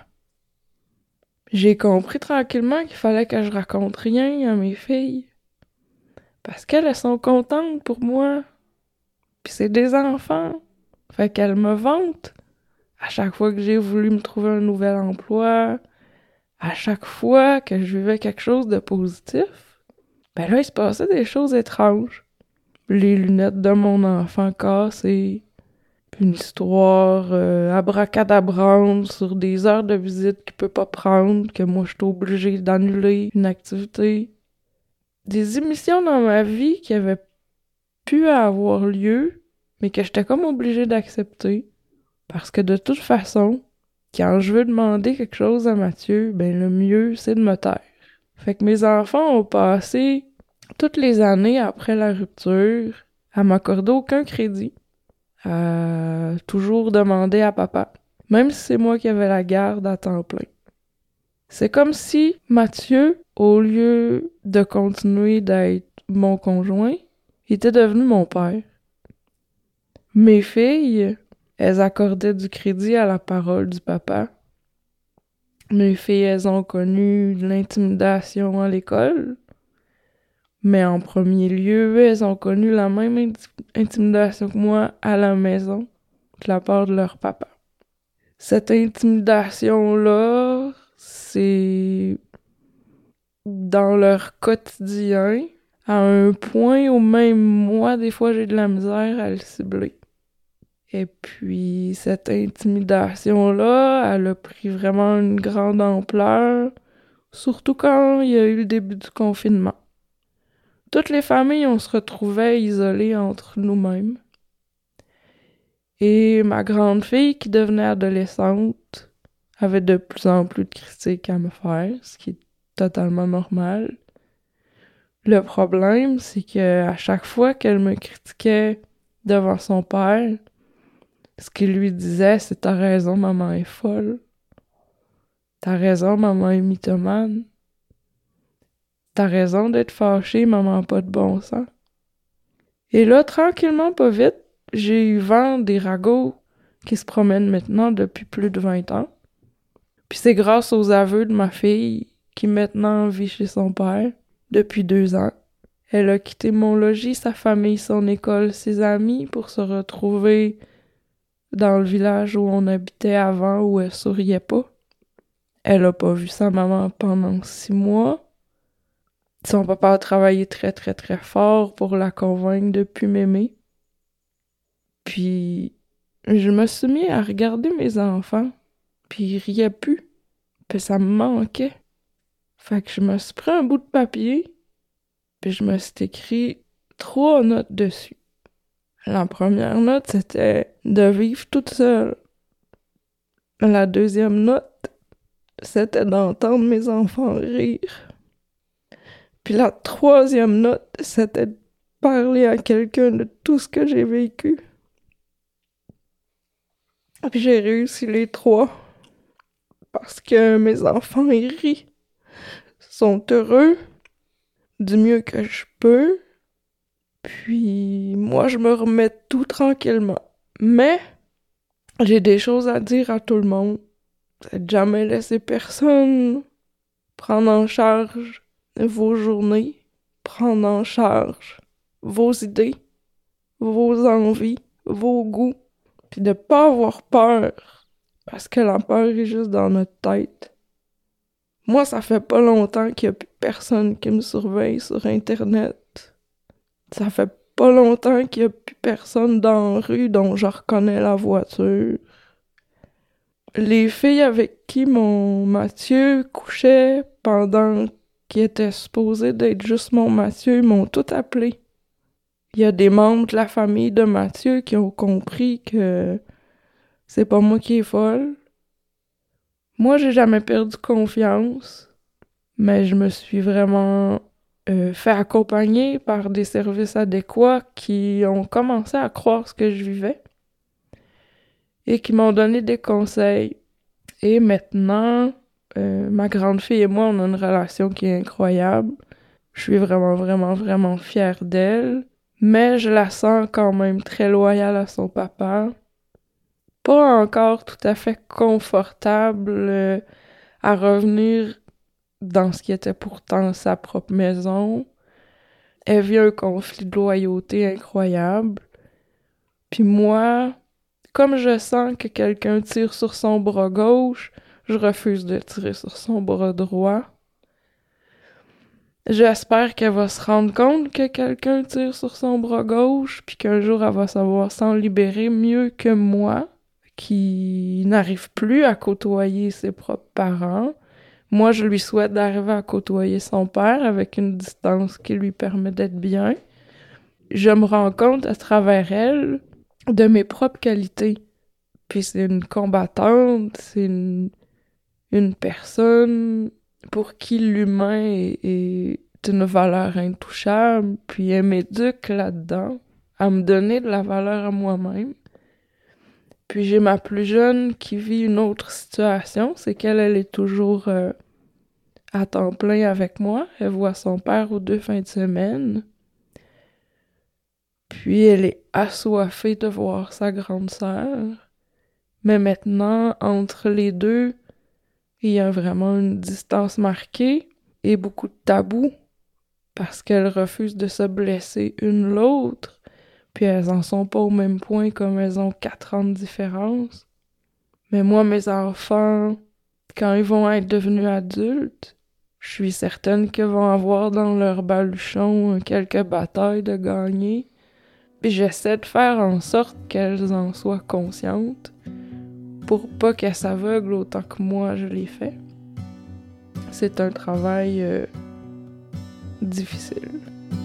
J'ai compris tranquillement qu'il fallait que je raconte rien à mes filles. Parce qu'elles, elles sont contentes pour moi. Puis c'est des enfants. Fait qu'elles me vantent. À chaque fois que j'ai voulu me trouver un nouvel emploi, à chaque fois que je vivais quelque chose de positif, ben là, il se passait des choses étranges. Les lunettes de mon enfant cassées, puis une histoire euh, abracadabrante sur des heures de visite qu'il peut pas prendre, que moi je suis obligée d'annuler une activité. Des émissions dans ma vie qui avaient pu avoir lieu, mais que j'étais comme obligée d'accepter, parce que de toute façon, quand je veux demander quelque chose à Mathieu, ben le mieux c'est de me taire. Fait que mes enfants ont passé toutes les années après la rupture à m'accorder aucun crédit, à toujours demander à papa, même si c'est moi qui avais la garde à temps plein. C'est comme si Mathieu, au lieu de continuer d'être mon conjoint, il était devenu mon père. Mes filles, elles accordaient du crédit à la parole du papa. Mes filles, elles ont connu de l'intimidation à l'école. Mais en premier lieu, elles ont connu la même int- intimidation que moi à la maison, de la part de leur papa. Cette intimidation-là, c'est dans leur quotidien, à un point où même moi, des fois, j'ai de la misère à le cibler. Et puis, cette intimidation-là, elle a pris vraiment une grande ampleur, surtout quand il y a eu le début du confinement. Toutes les familles, on se retrouvait isolées entre nous-mêmes. Et ma grande fille, qui devenait adolescente, avait de plus en plus de critiques à me faire, ce qui est totalement normal. Le problème, c'est que à chaque fois qu'elle me critiquait devant son père, ce qu'il lui disait, c'est « T'as raison, maman est folle. T'as raison, maman est mythomane. T'as raison d'être fâchée, maman a pas de bon sens. » Et là, tranquillement, pas vite, j'ai eu vent des ragots qui se promènent maintenant depuis plus de vingt ans. Puis c'est grâce aux aveux de ma fille, qui maintenant vit chez son père depuis deux ans. Elle a quitté mon logis, sa famille, son école, ses amis pour se retrouver dans le village où on habitait avant, où elle souriait pas. Elle a pas vu sa maman pendant six mois. Son papa a travaillé très très très fort pour la convaincre de plus m'aimer. Puis je me suis mis à regarder mes enfants, puis ils riaient plus, puis ça me manquait. Fait que je me suis pris un bout de papier, puis je me suis écrit trois notes dessus. La première note, c'était de vivre toute seule. La deuxième note, c'était d'entendre mes enfants rire. Puis la troisième note, c'était de parler à quelqu'un de tout ce que j'ai vécu. Puis j'ai réussi les trois. Parce que mes enfants, ils rient. Sont heureux. Du mieux que je peux. Puis moi, je me remets tout tranquillement. Mais j'ai des choses à dire à tout le monde. C'est de jamais laisser personne prendre en charge vos journées, prendre en charge vos idées, vos envies, vos goûts, puis de pas avoir peur, parce que la peur est juste dans notre tête. Moi, ça fait pas longtemps qu'il y a plus personne qui me surveille sur Internet. Ça fait pas longtemps qu'il y a plus personne dans la rue dont je reconnais la voiture. Les filles avec qui mon Mathieu couchait pendant qu'il était supposé d'être juste mon Mathieu, ils m'ont tout appelé. Il y a des membres de la famille de Mathieu qui ont compris que c'est pas moi qui est folle. Moi, j'ai jamais perdu confiance, mais je me suis vraiment euh, fait accompagner par des services adéquats qui ont commencé à croire ce que je vivais et qui m'ont donné des conseils. Et maintenant, euh, ma grande fille et moi, on a une relation qui est incroyable. Je suis vraiment, vraiment, vraiment fière d'elle. Mais je la sens quand même très loyale à son papa. Pas encore tout à fait confortable euh, à revenir dans ce qui était pourtant sa propre maison. Elle vit un conflit de loyauté incroyable. Puis moi, comme je sens que quelqu'un tire sur son bras gauche, je refuse de tirer sur son bras droit. J'espère qu'elle va se rendre compte que quelqu'un tire sur son bras gauche, puis qu'un jour elle va savoir s'en libérer mieux que moi, qui n'arrive plus à côtoyer ses propres parents. Moi, je lui souhaite d'arriver à côtoyer son père avec une distance qui lui permet d'être bien. Je me rends compte à travers elle de mes propres qualités. Puis c'est une combattante, c'est une, une personne pour qui l'humain est, est une valeur intouchable, puis elle m'éduque là-dedans, à me donner de la valeur à moi-même. Puis j'ai ma plus jeune qui vit une autre situation, c'est qu'elle, elle est toujours euh, à temps plein avec moi, elle voit son père aux deux fins de semaine, puis elle est assoiffée de voir sa grande sœur. Mais maintenant, entre les deux, il y a vraiment une distance marquée et beaucoup de tabous parce qu'elles refusent de se blesser une l'autre, puis elles en sont pas au même point comme elles ont quatre ans de différence. Mais moi, mes enfants, quand ils vont être devenus adultes, je suis certaine qu'ils vont avoir dans leur baluchon quelques batailles de gagner, Puis j'essaie de faire en sorte qu'elles en soient conscientes pour pas qu'elles s'aveuglent autant que moi je l'ai fait. C'est un travail euh, difficile.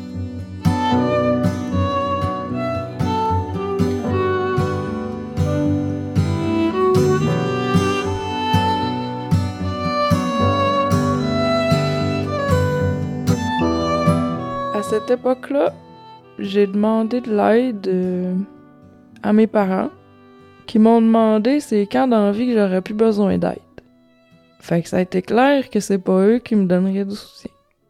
À cette époque-là, j'ai demandé de l'aide euh, à mes parents qui m'ont demandé c'est quand dans la vie que j'aurais plus besoin d'aide. Fait que ça a été clair que c'est pas eux qui me donneraient du soutien.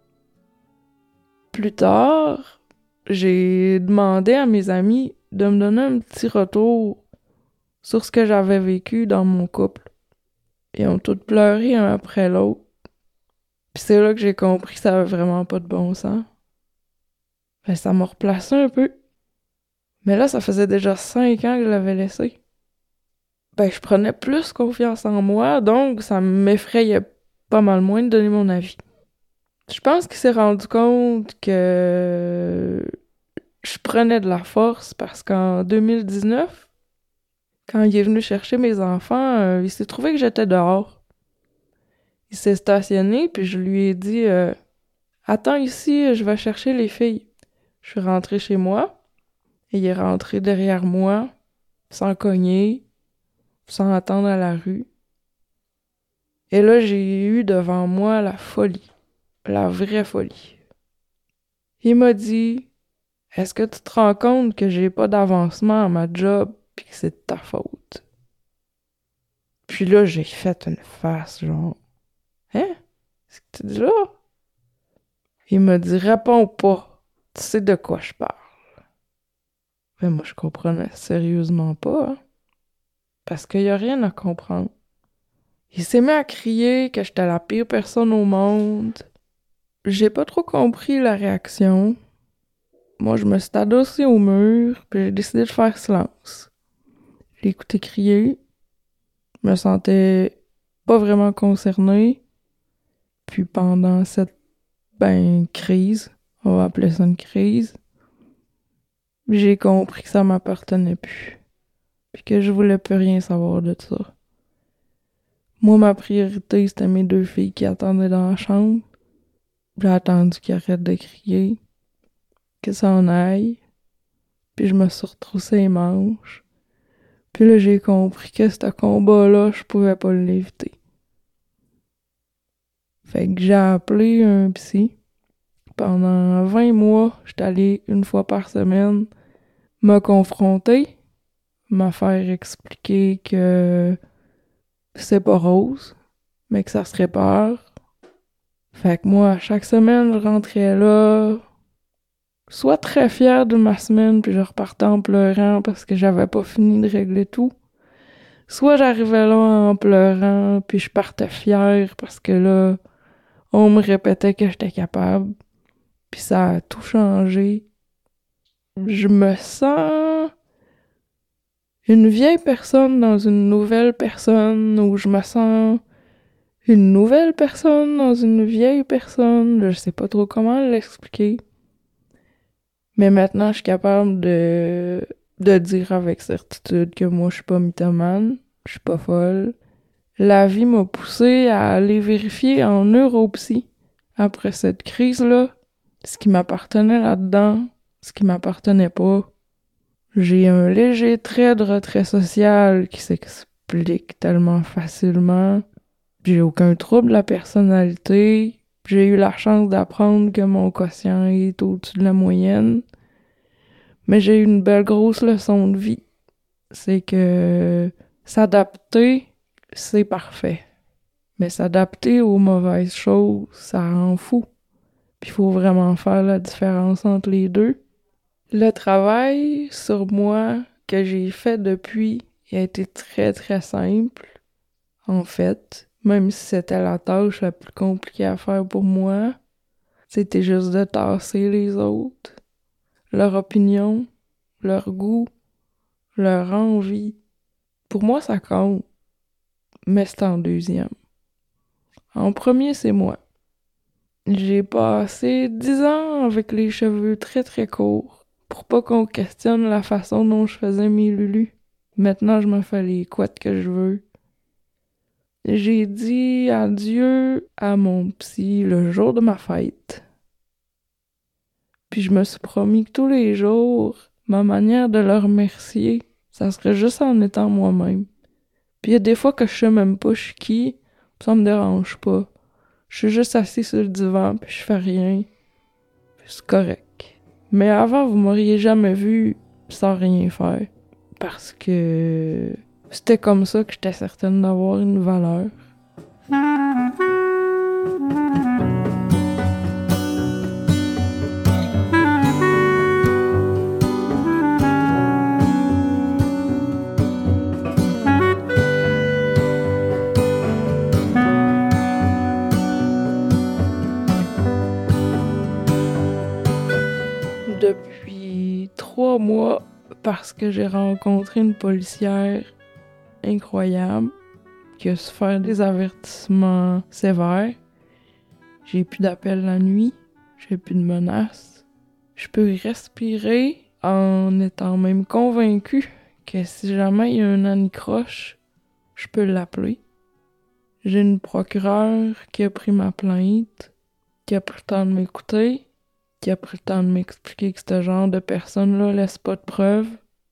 Plus tard, j'ai demandé à mes amis de me donner un petit retour sur ce que j'avais vécu dans mon couple. Ils ont tous pleuré un après l'autre. Puis c'est là que j'ai compris que ça avait vraiment pas de bon sens. Ben, ça m'a replacé un peu. Mais là, ça faisait déjà cinq ans que je l'avais laissé. Ben, je prenais plus confiance en moi, donc ça m'effrayait pas mal moins de donner mon avis. Je pense qu'il s'est rendu compte que je prenais de la force parce qu'en deux mille dix-neuf, quand il est venu chercher mes enfants, euh, il s'est trouvé que j'étais dehors. Il s'est stationné, puis je lui ai dit euh, « Attends ici, je vais chercher les filles. » Je suis rentrée chez moi, et il est rentré derrière moi, sans cogner, sans attendre à la rue. Et là, j'ai eu devant moi la folie, la vraie folie. Il m'a dit « Est-ce que tu te rends compte que j'ai pas d'avancement à ma job pis que c'est de ta faute? » Puis là, j'ai fait une face, genre « Hein? Qu'est-ce que tu dis là? » Il m'a dit « Réponds pas. Tu sais de quoi je parle. » Mais moi, je comprenais sérieusement pas, hein? Parce qu'il y a rien à comprendre. Il s'est mis à crier que j'étais la pire personne au monde. J'ai pas trop compris la réaction. Moi, je me suis adossée au mur, puis j'ai décidé de faire silence. J'ai écouté crier. Je me sentais pas vraiment concernée. Puis pendant cette, ben, crise, on va appeler ça une crise, j'ai compris que ça m'appartenait plus. Puis que je voulais plus rien savoir de ça. Moi, ma priorité, c'était mes deux filles qui attendaient dans la chambre. J'ai attendu qu'ils arrêtent de crier, que ça en aille. Puis je me suis retroussé les manches. Puis là, j'ai compris que ce combat-là, je pouvais pas l'éviter. Fait que j'ai appelé un psy. Pendant vingt mois, j'étais allée une fois par semaine me confronter, me faire expliquer que c'est pas rose, mais que ça se répare. Fait que moi, chaque semaine, je rentrais là, soit très fière de ma semaine, puis je repartais en pleurant parce que j'avais pas fini de régler tout. Soit j'arrivais là en pleurant, puis je partais fière parce que là, on me répétait que j'étais capable. Puis ça a tout changé. Je me sens une vieille personne dans une nouvelle personne, ou je me sens une nouvelle personne dans une vieille personne. Je sais pas trop comment l'expliquer. Mais maintenant, je suis capable de, de dire avec certitude que moi, je suis pas mythomane, je suis pas folle. La vie m'a poussée à aller vérifier en neuropsy, après cette crise-là, ce qui m'appartenait là-dedans, ce qui m'appartenait pas. J'ai un léger trait de retrait social qui s'explique tellement facilement. J'ai aucun trouble de la personnalité. J'ai eu la chance d'apprendre que mon quotient est au-dessus de la moyenne. Mais j'ai eu une belle grosse leçon de vie. C'est que s'adapter, c'est parfait. Mais s'adapter aux mauvaises choses, ça rend fou. Puis il faut vraiment faire la différence entre les deux. Le travail sur moi que j'ai fait depuis il a été très très simple. En fait, même si c'était la tâche la plus compliquée à faire pour moi, c'était juste de tasser les autres, leur opinion, leur goût, leur envie. Pour moi, ça compte, mais c'est en deuxième. En premier, c'est moi. J'ai passé dix ans avec les cheveux très très courts pour pas qu'on questionne la façon dont je faisais mes lulus. Maintenant, je me fais les couettes que je veux. J'ai dit adieu à mon psy le jour de ma fête. Puis je me suis promis que tous les jours, ma manière de le remercier, ça serait juste en étant moi-même. Puis il y a des fois que je sais même pas je suis qui, ça me dérange pas. Je suis juste assis sur le divan, puis je fais rien. Puis c'est correct. Mais avant, vous m'auriez jamais vu sans rien faire. Parce que c'était comme ça que j'étais certaine d'avoir une valeur. Depuis trois mois, parce que j'ai rencontré une policière incroyable qui a su faire des avertissements sévères. J'ai plus d'appels la nuit, j'ai plus de menaces. Je peux respirer en étant même convaincue que si jamais il y a un anicroche, je peux l'appeler. J'ai une procureure qui a pris ma plainte, qui a pris le temps de m'écouter, qui a pris le temps de m'expliquer que ce genre de personne-là laisse pas de preuves.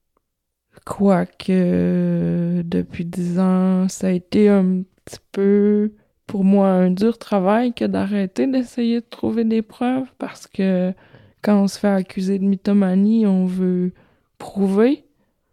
Quoique, depuis dix ans, ça a été un petit peu, pour moi, un dur travail que d'arrêter d'essayer de trouver des preuves, parce que quand on se fait accuser de mythomanie, on veut prouver.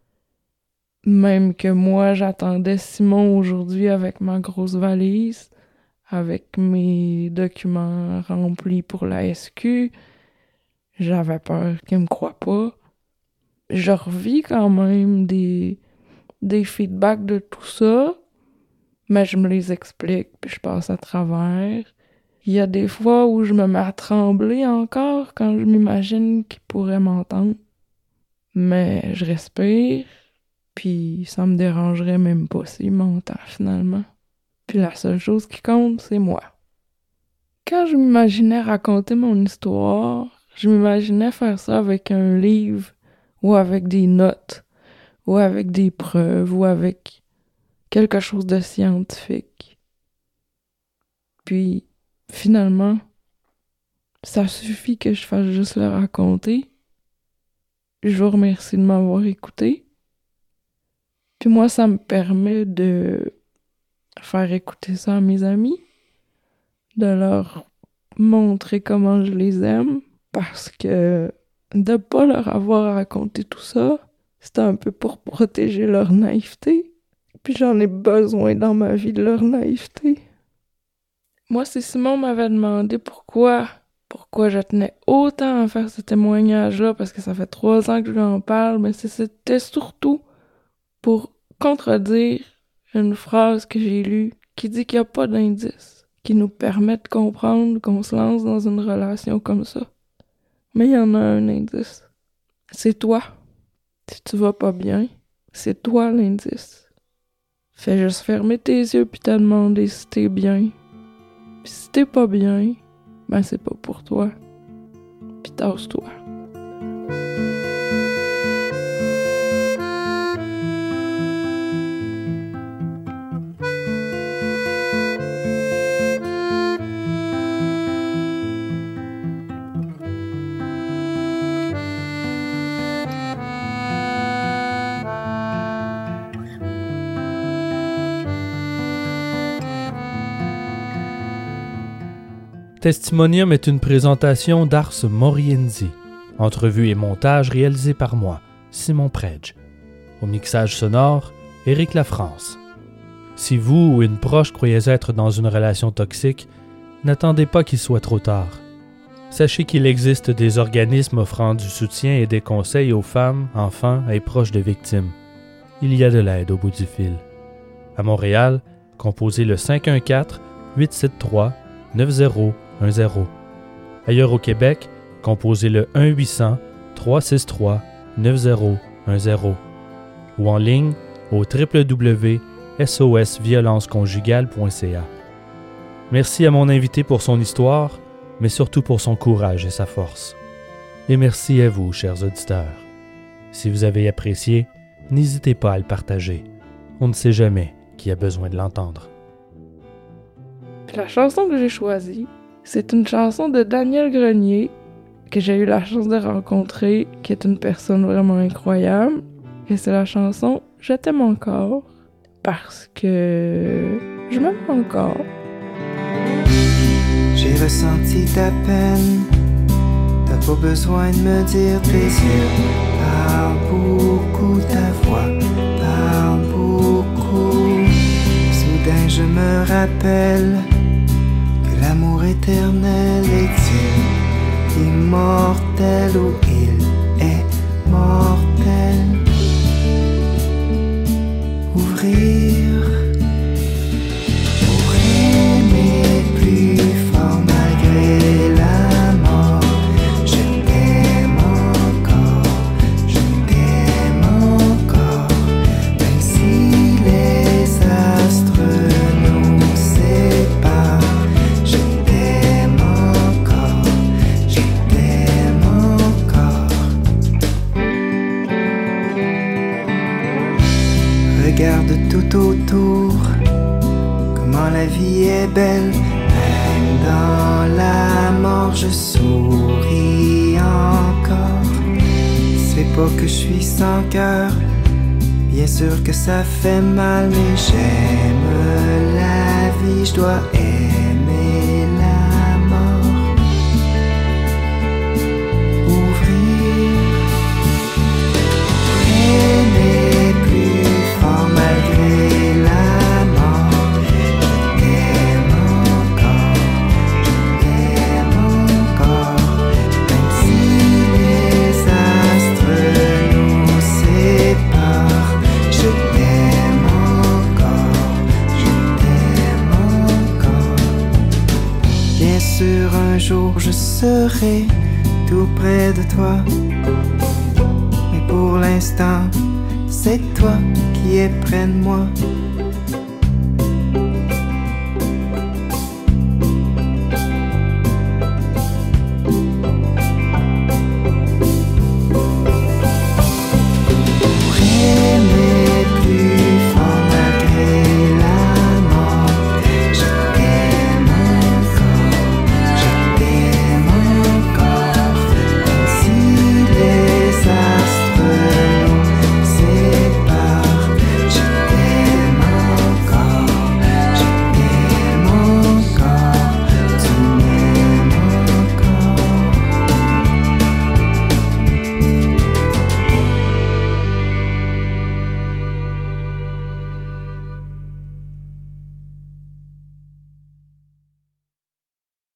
Même que moi, j'attendais Simon aujourd'hui avec ma grosse valise, avec mes documents remplis pour la S Q. J'avais peur qu'il me croie pas. Je revis quand même des, des feedbacks de tout ça, mais je me les explique, puis je passe à travers. Il y a des fois où je me mets à trembler encore quand je m'imagine qu'il pourrait m'entendre. Mais je respire, puis ça me dérangerait même pas s'il m'entend finalement. Puis la seule chose qui compte, c'est moi. Quand je m'imaginais raconter mon histoire, je m'imaginais faire ça avec un livre, ou avec des notes, ou avec des preuves, ou avec quelque chose de scientifique. Puis, finalement, ça suffit que je fasse juste le raconter. Je vous remercie de m'avoir écouté. Puis moi, ça me permet de faire écouter ça à mes amis, de leur montrer comment je les aime, parce que de pas leur avoir raconté tout ça, c'était un peu pour protéger leur naïveté. Puis j'en ai besoin dans ma vie de leur naïveté. Moi, si Simon m'avait demandé pourquoi, pourquoi je tenais autant à faire ce témoignage-là, parce que ça fait trois ans que je lui en parle, mais c'était surtout pour contredire une phrase que j'ai lue qui dit qu'il n'y a pas d'indice qui nous permet de comprendre qu'on se lance dans une relation comme ça. Mais il y en a un indice. C'est toi. Si tu vas pas bien, c'est toi l'indice. Fais juste fermer tes yeux puis te demander si t'es bien. Puis si t'es pas bien, ben c'est pas pour toi. Puis tasse-toi. Testimonium est une présentation d'Ars Moriendi. Entrevue et montage réalisé par moi, Simon Predge. Au mixage sonore, Éric Lafrance. Si vous ou une proche croyez être dans une relation toxique, n'attendez pas qu'il soit trop tard. Sachez qu'il existe des organismes offrant du soutien et des conseils aux femmes, enfants et proches de victimes. Il y a de l'aide au bout du fil. À Montréal, composez le cinq un quatre, huit sept trois, neuf zéro un zéro. Ailleurs au Québec, composez le un huit cents, trois six trois, neuf zéro un zéro. Ou en ligne au w w w point s o s violence conjugale point c a. Merci à mon invité pour son histoire, mais surtout pour son courage et sa force. Et merci à vous, chers auditeurs. Si vous avez apprécié, n'hésitez pas à le partager. On ne sait jamais qui a besoin de l'entendre. Puis la chanson que j'ai choisie, c'est une chanson de Daniel Grenier, que j'ai eu la chance de rencontrer, qui est une personne vraiment incroyable. Et c'est la chanson « Je t'aime encore », parce que je m'aime encore. J'ai ressenti ta peine, t'as pas besoin de me dire tes yeux. Parle beaucoup, ta voix parle beaucoup. Soudain je me rappelle que l'amour éternel est-il immortel ou il est mortel? Ouvrir pour aimer plus fort malgré la mort. Je t'aime encore, je t'aime encore, même si les astres nous séparent. Je t'aime encore, je t'aime encore. Regarde tout autour, comment la vie est belle. Même dans la mort je souris encore. C'est pas que je suis sans cœur, bien sûr que ça fait mal, mais j'aime la vie, je dois aimer la mort. Ouvrir pour aimer plus fort malgré la mort. Je t'aime encore, je t'aime encore, même si les astres nous séparent. Je t'aime encore, je t'aime encore. Bien sûr un jour je serai tout près de toi, mais pour l'instant c'est toi qui es près de moi.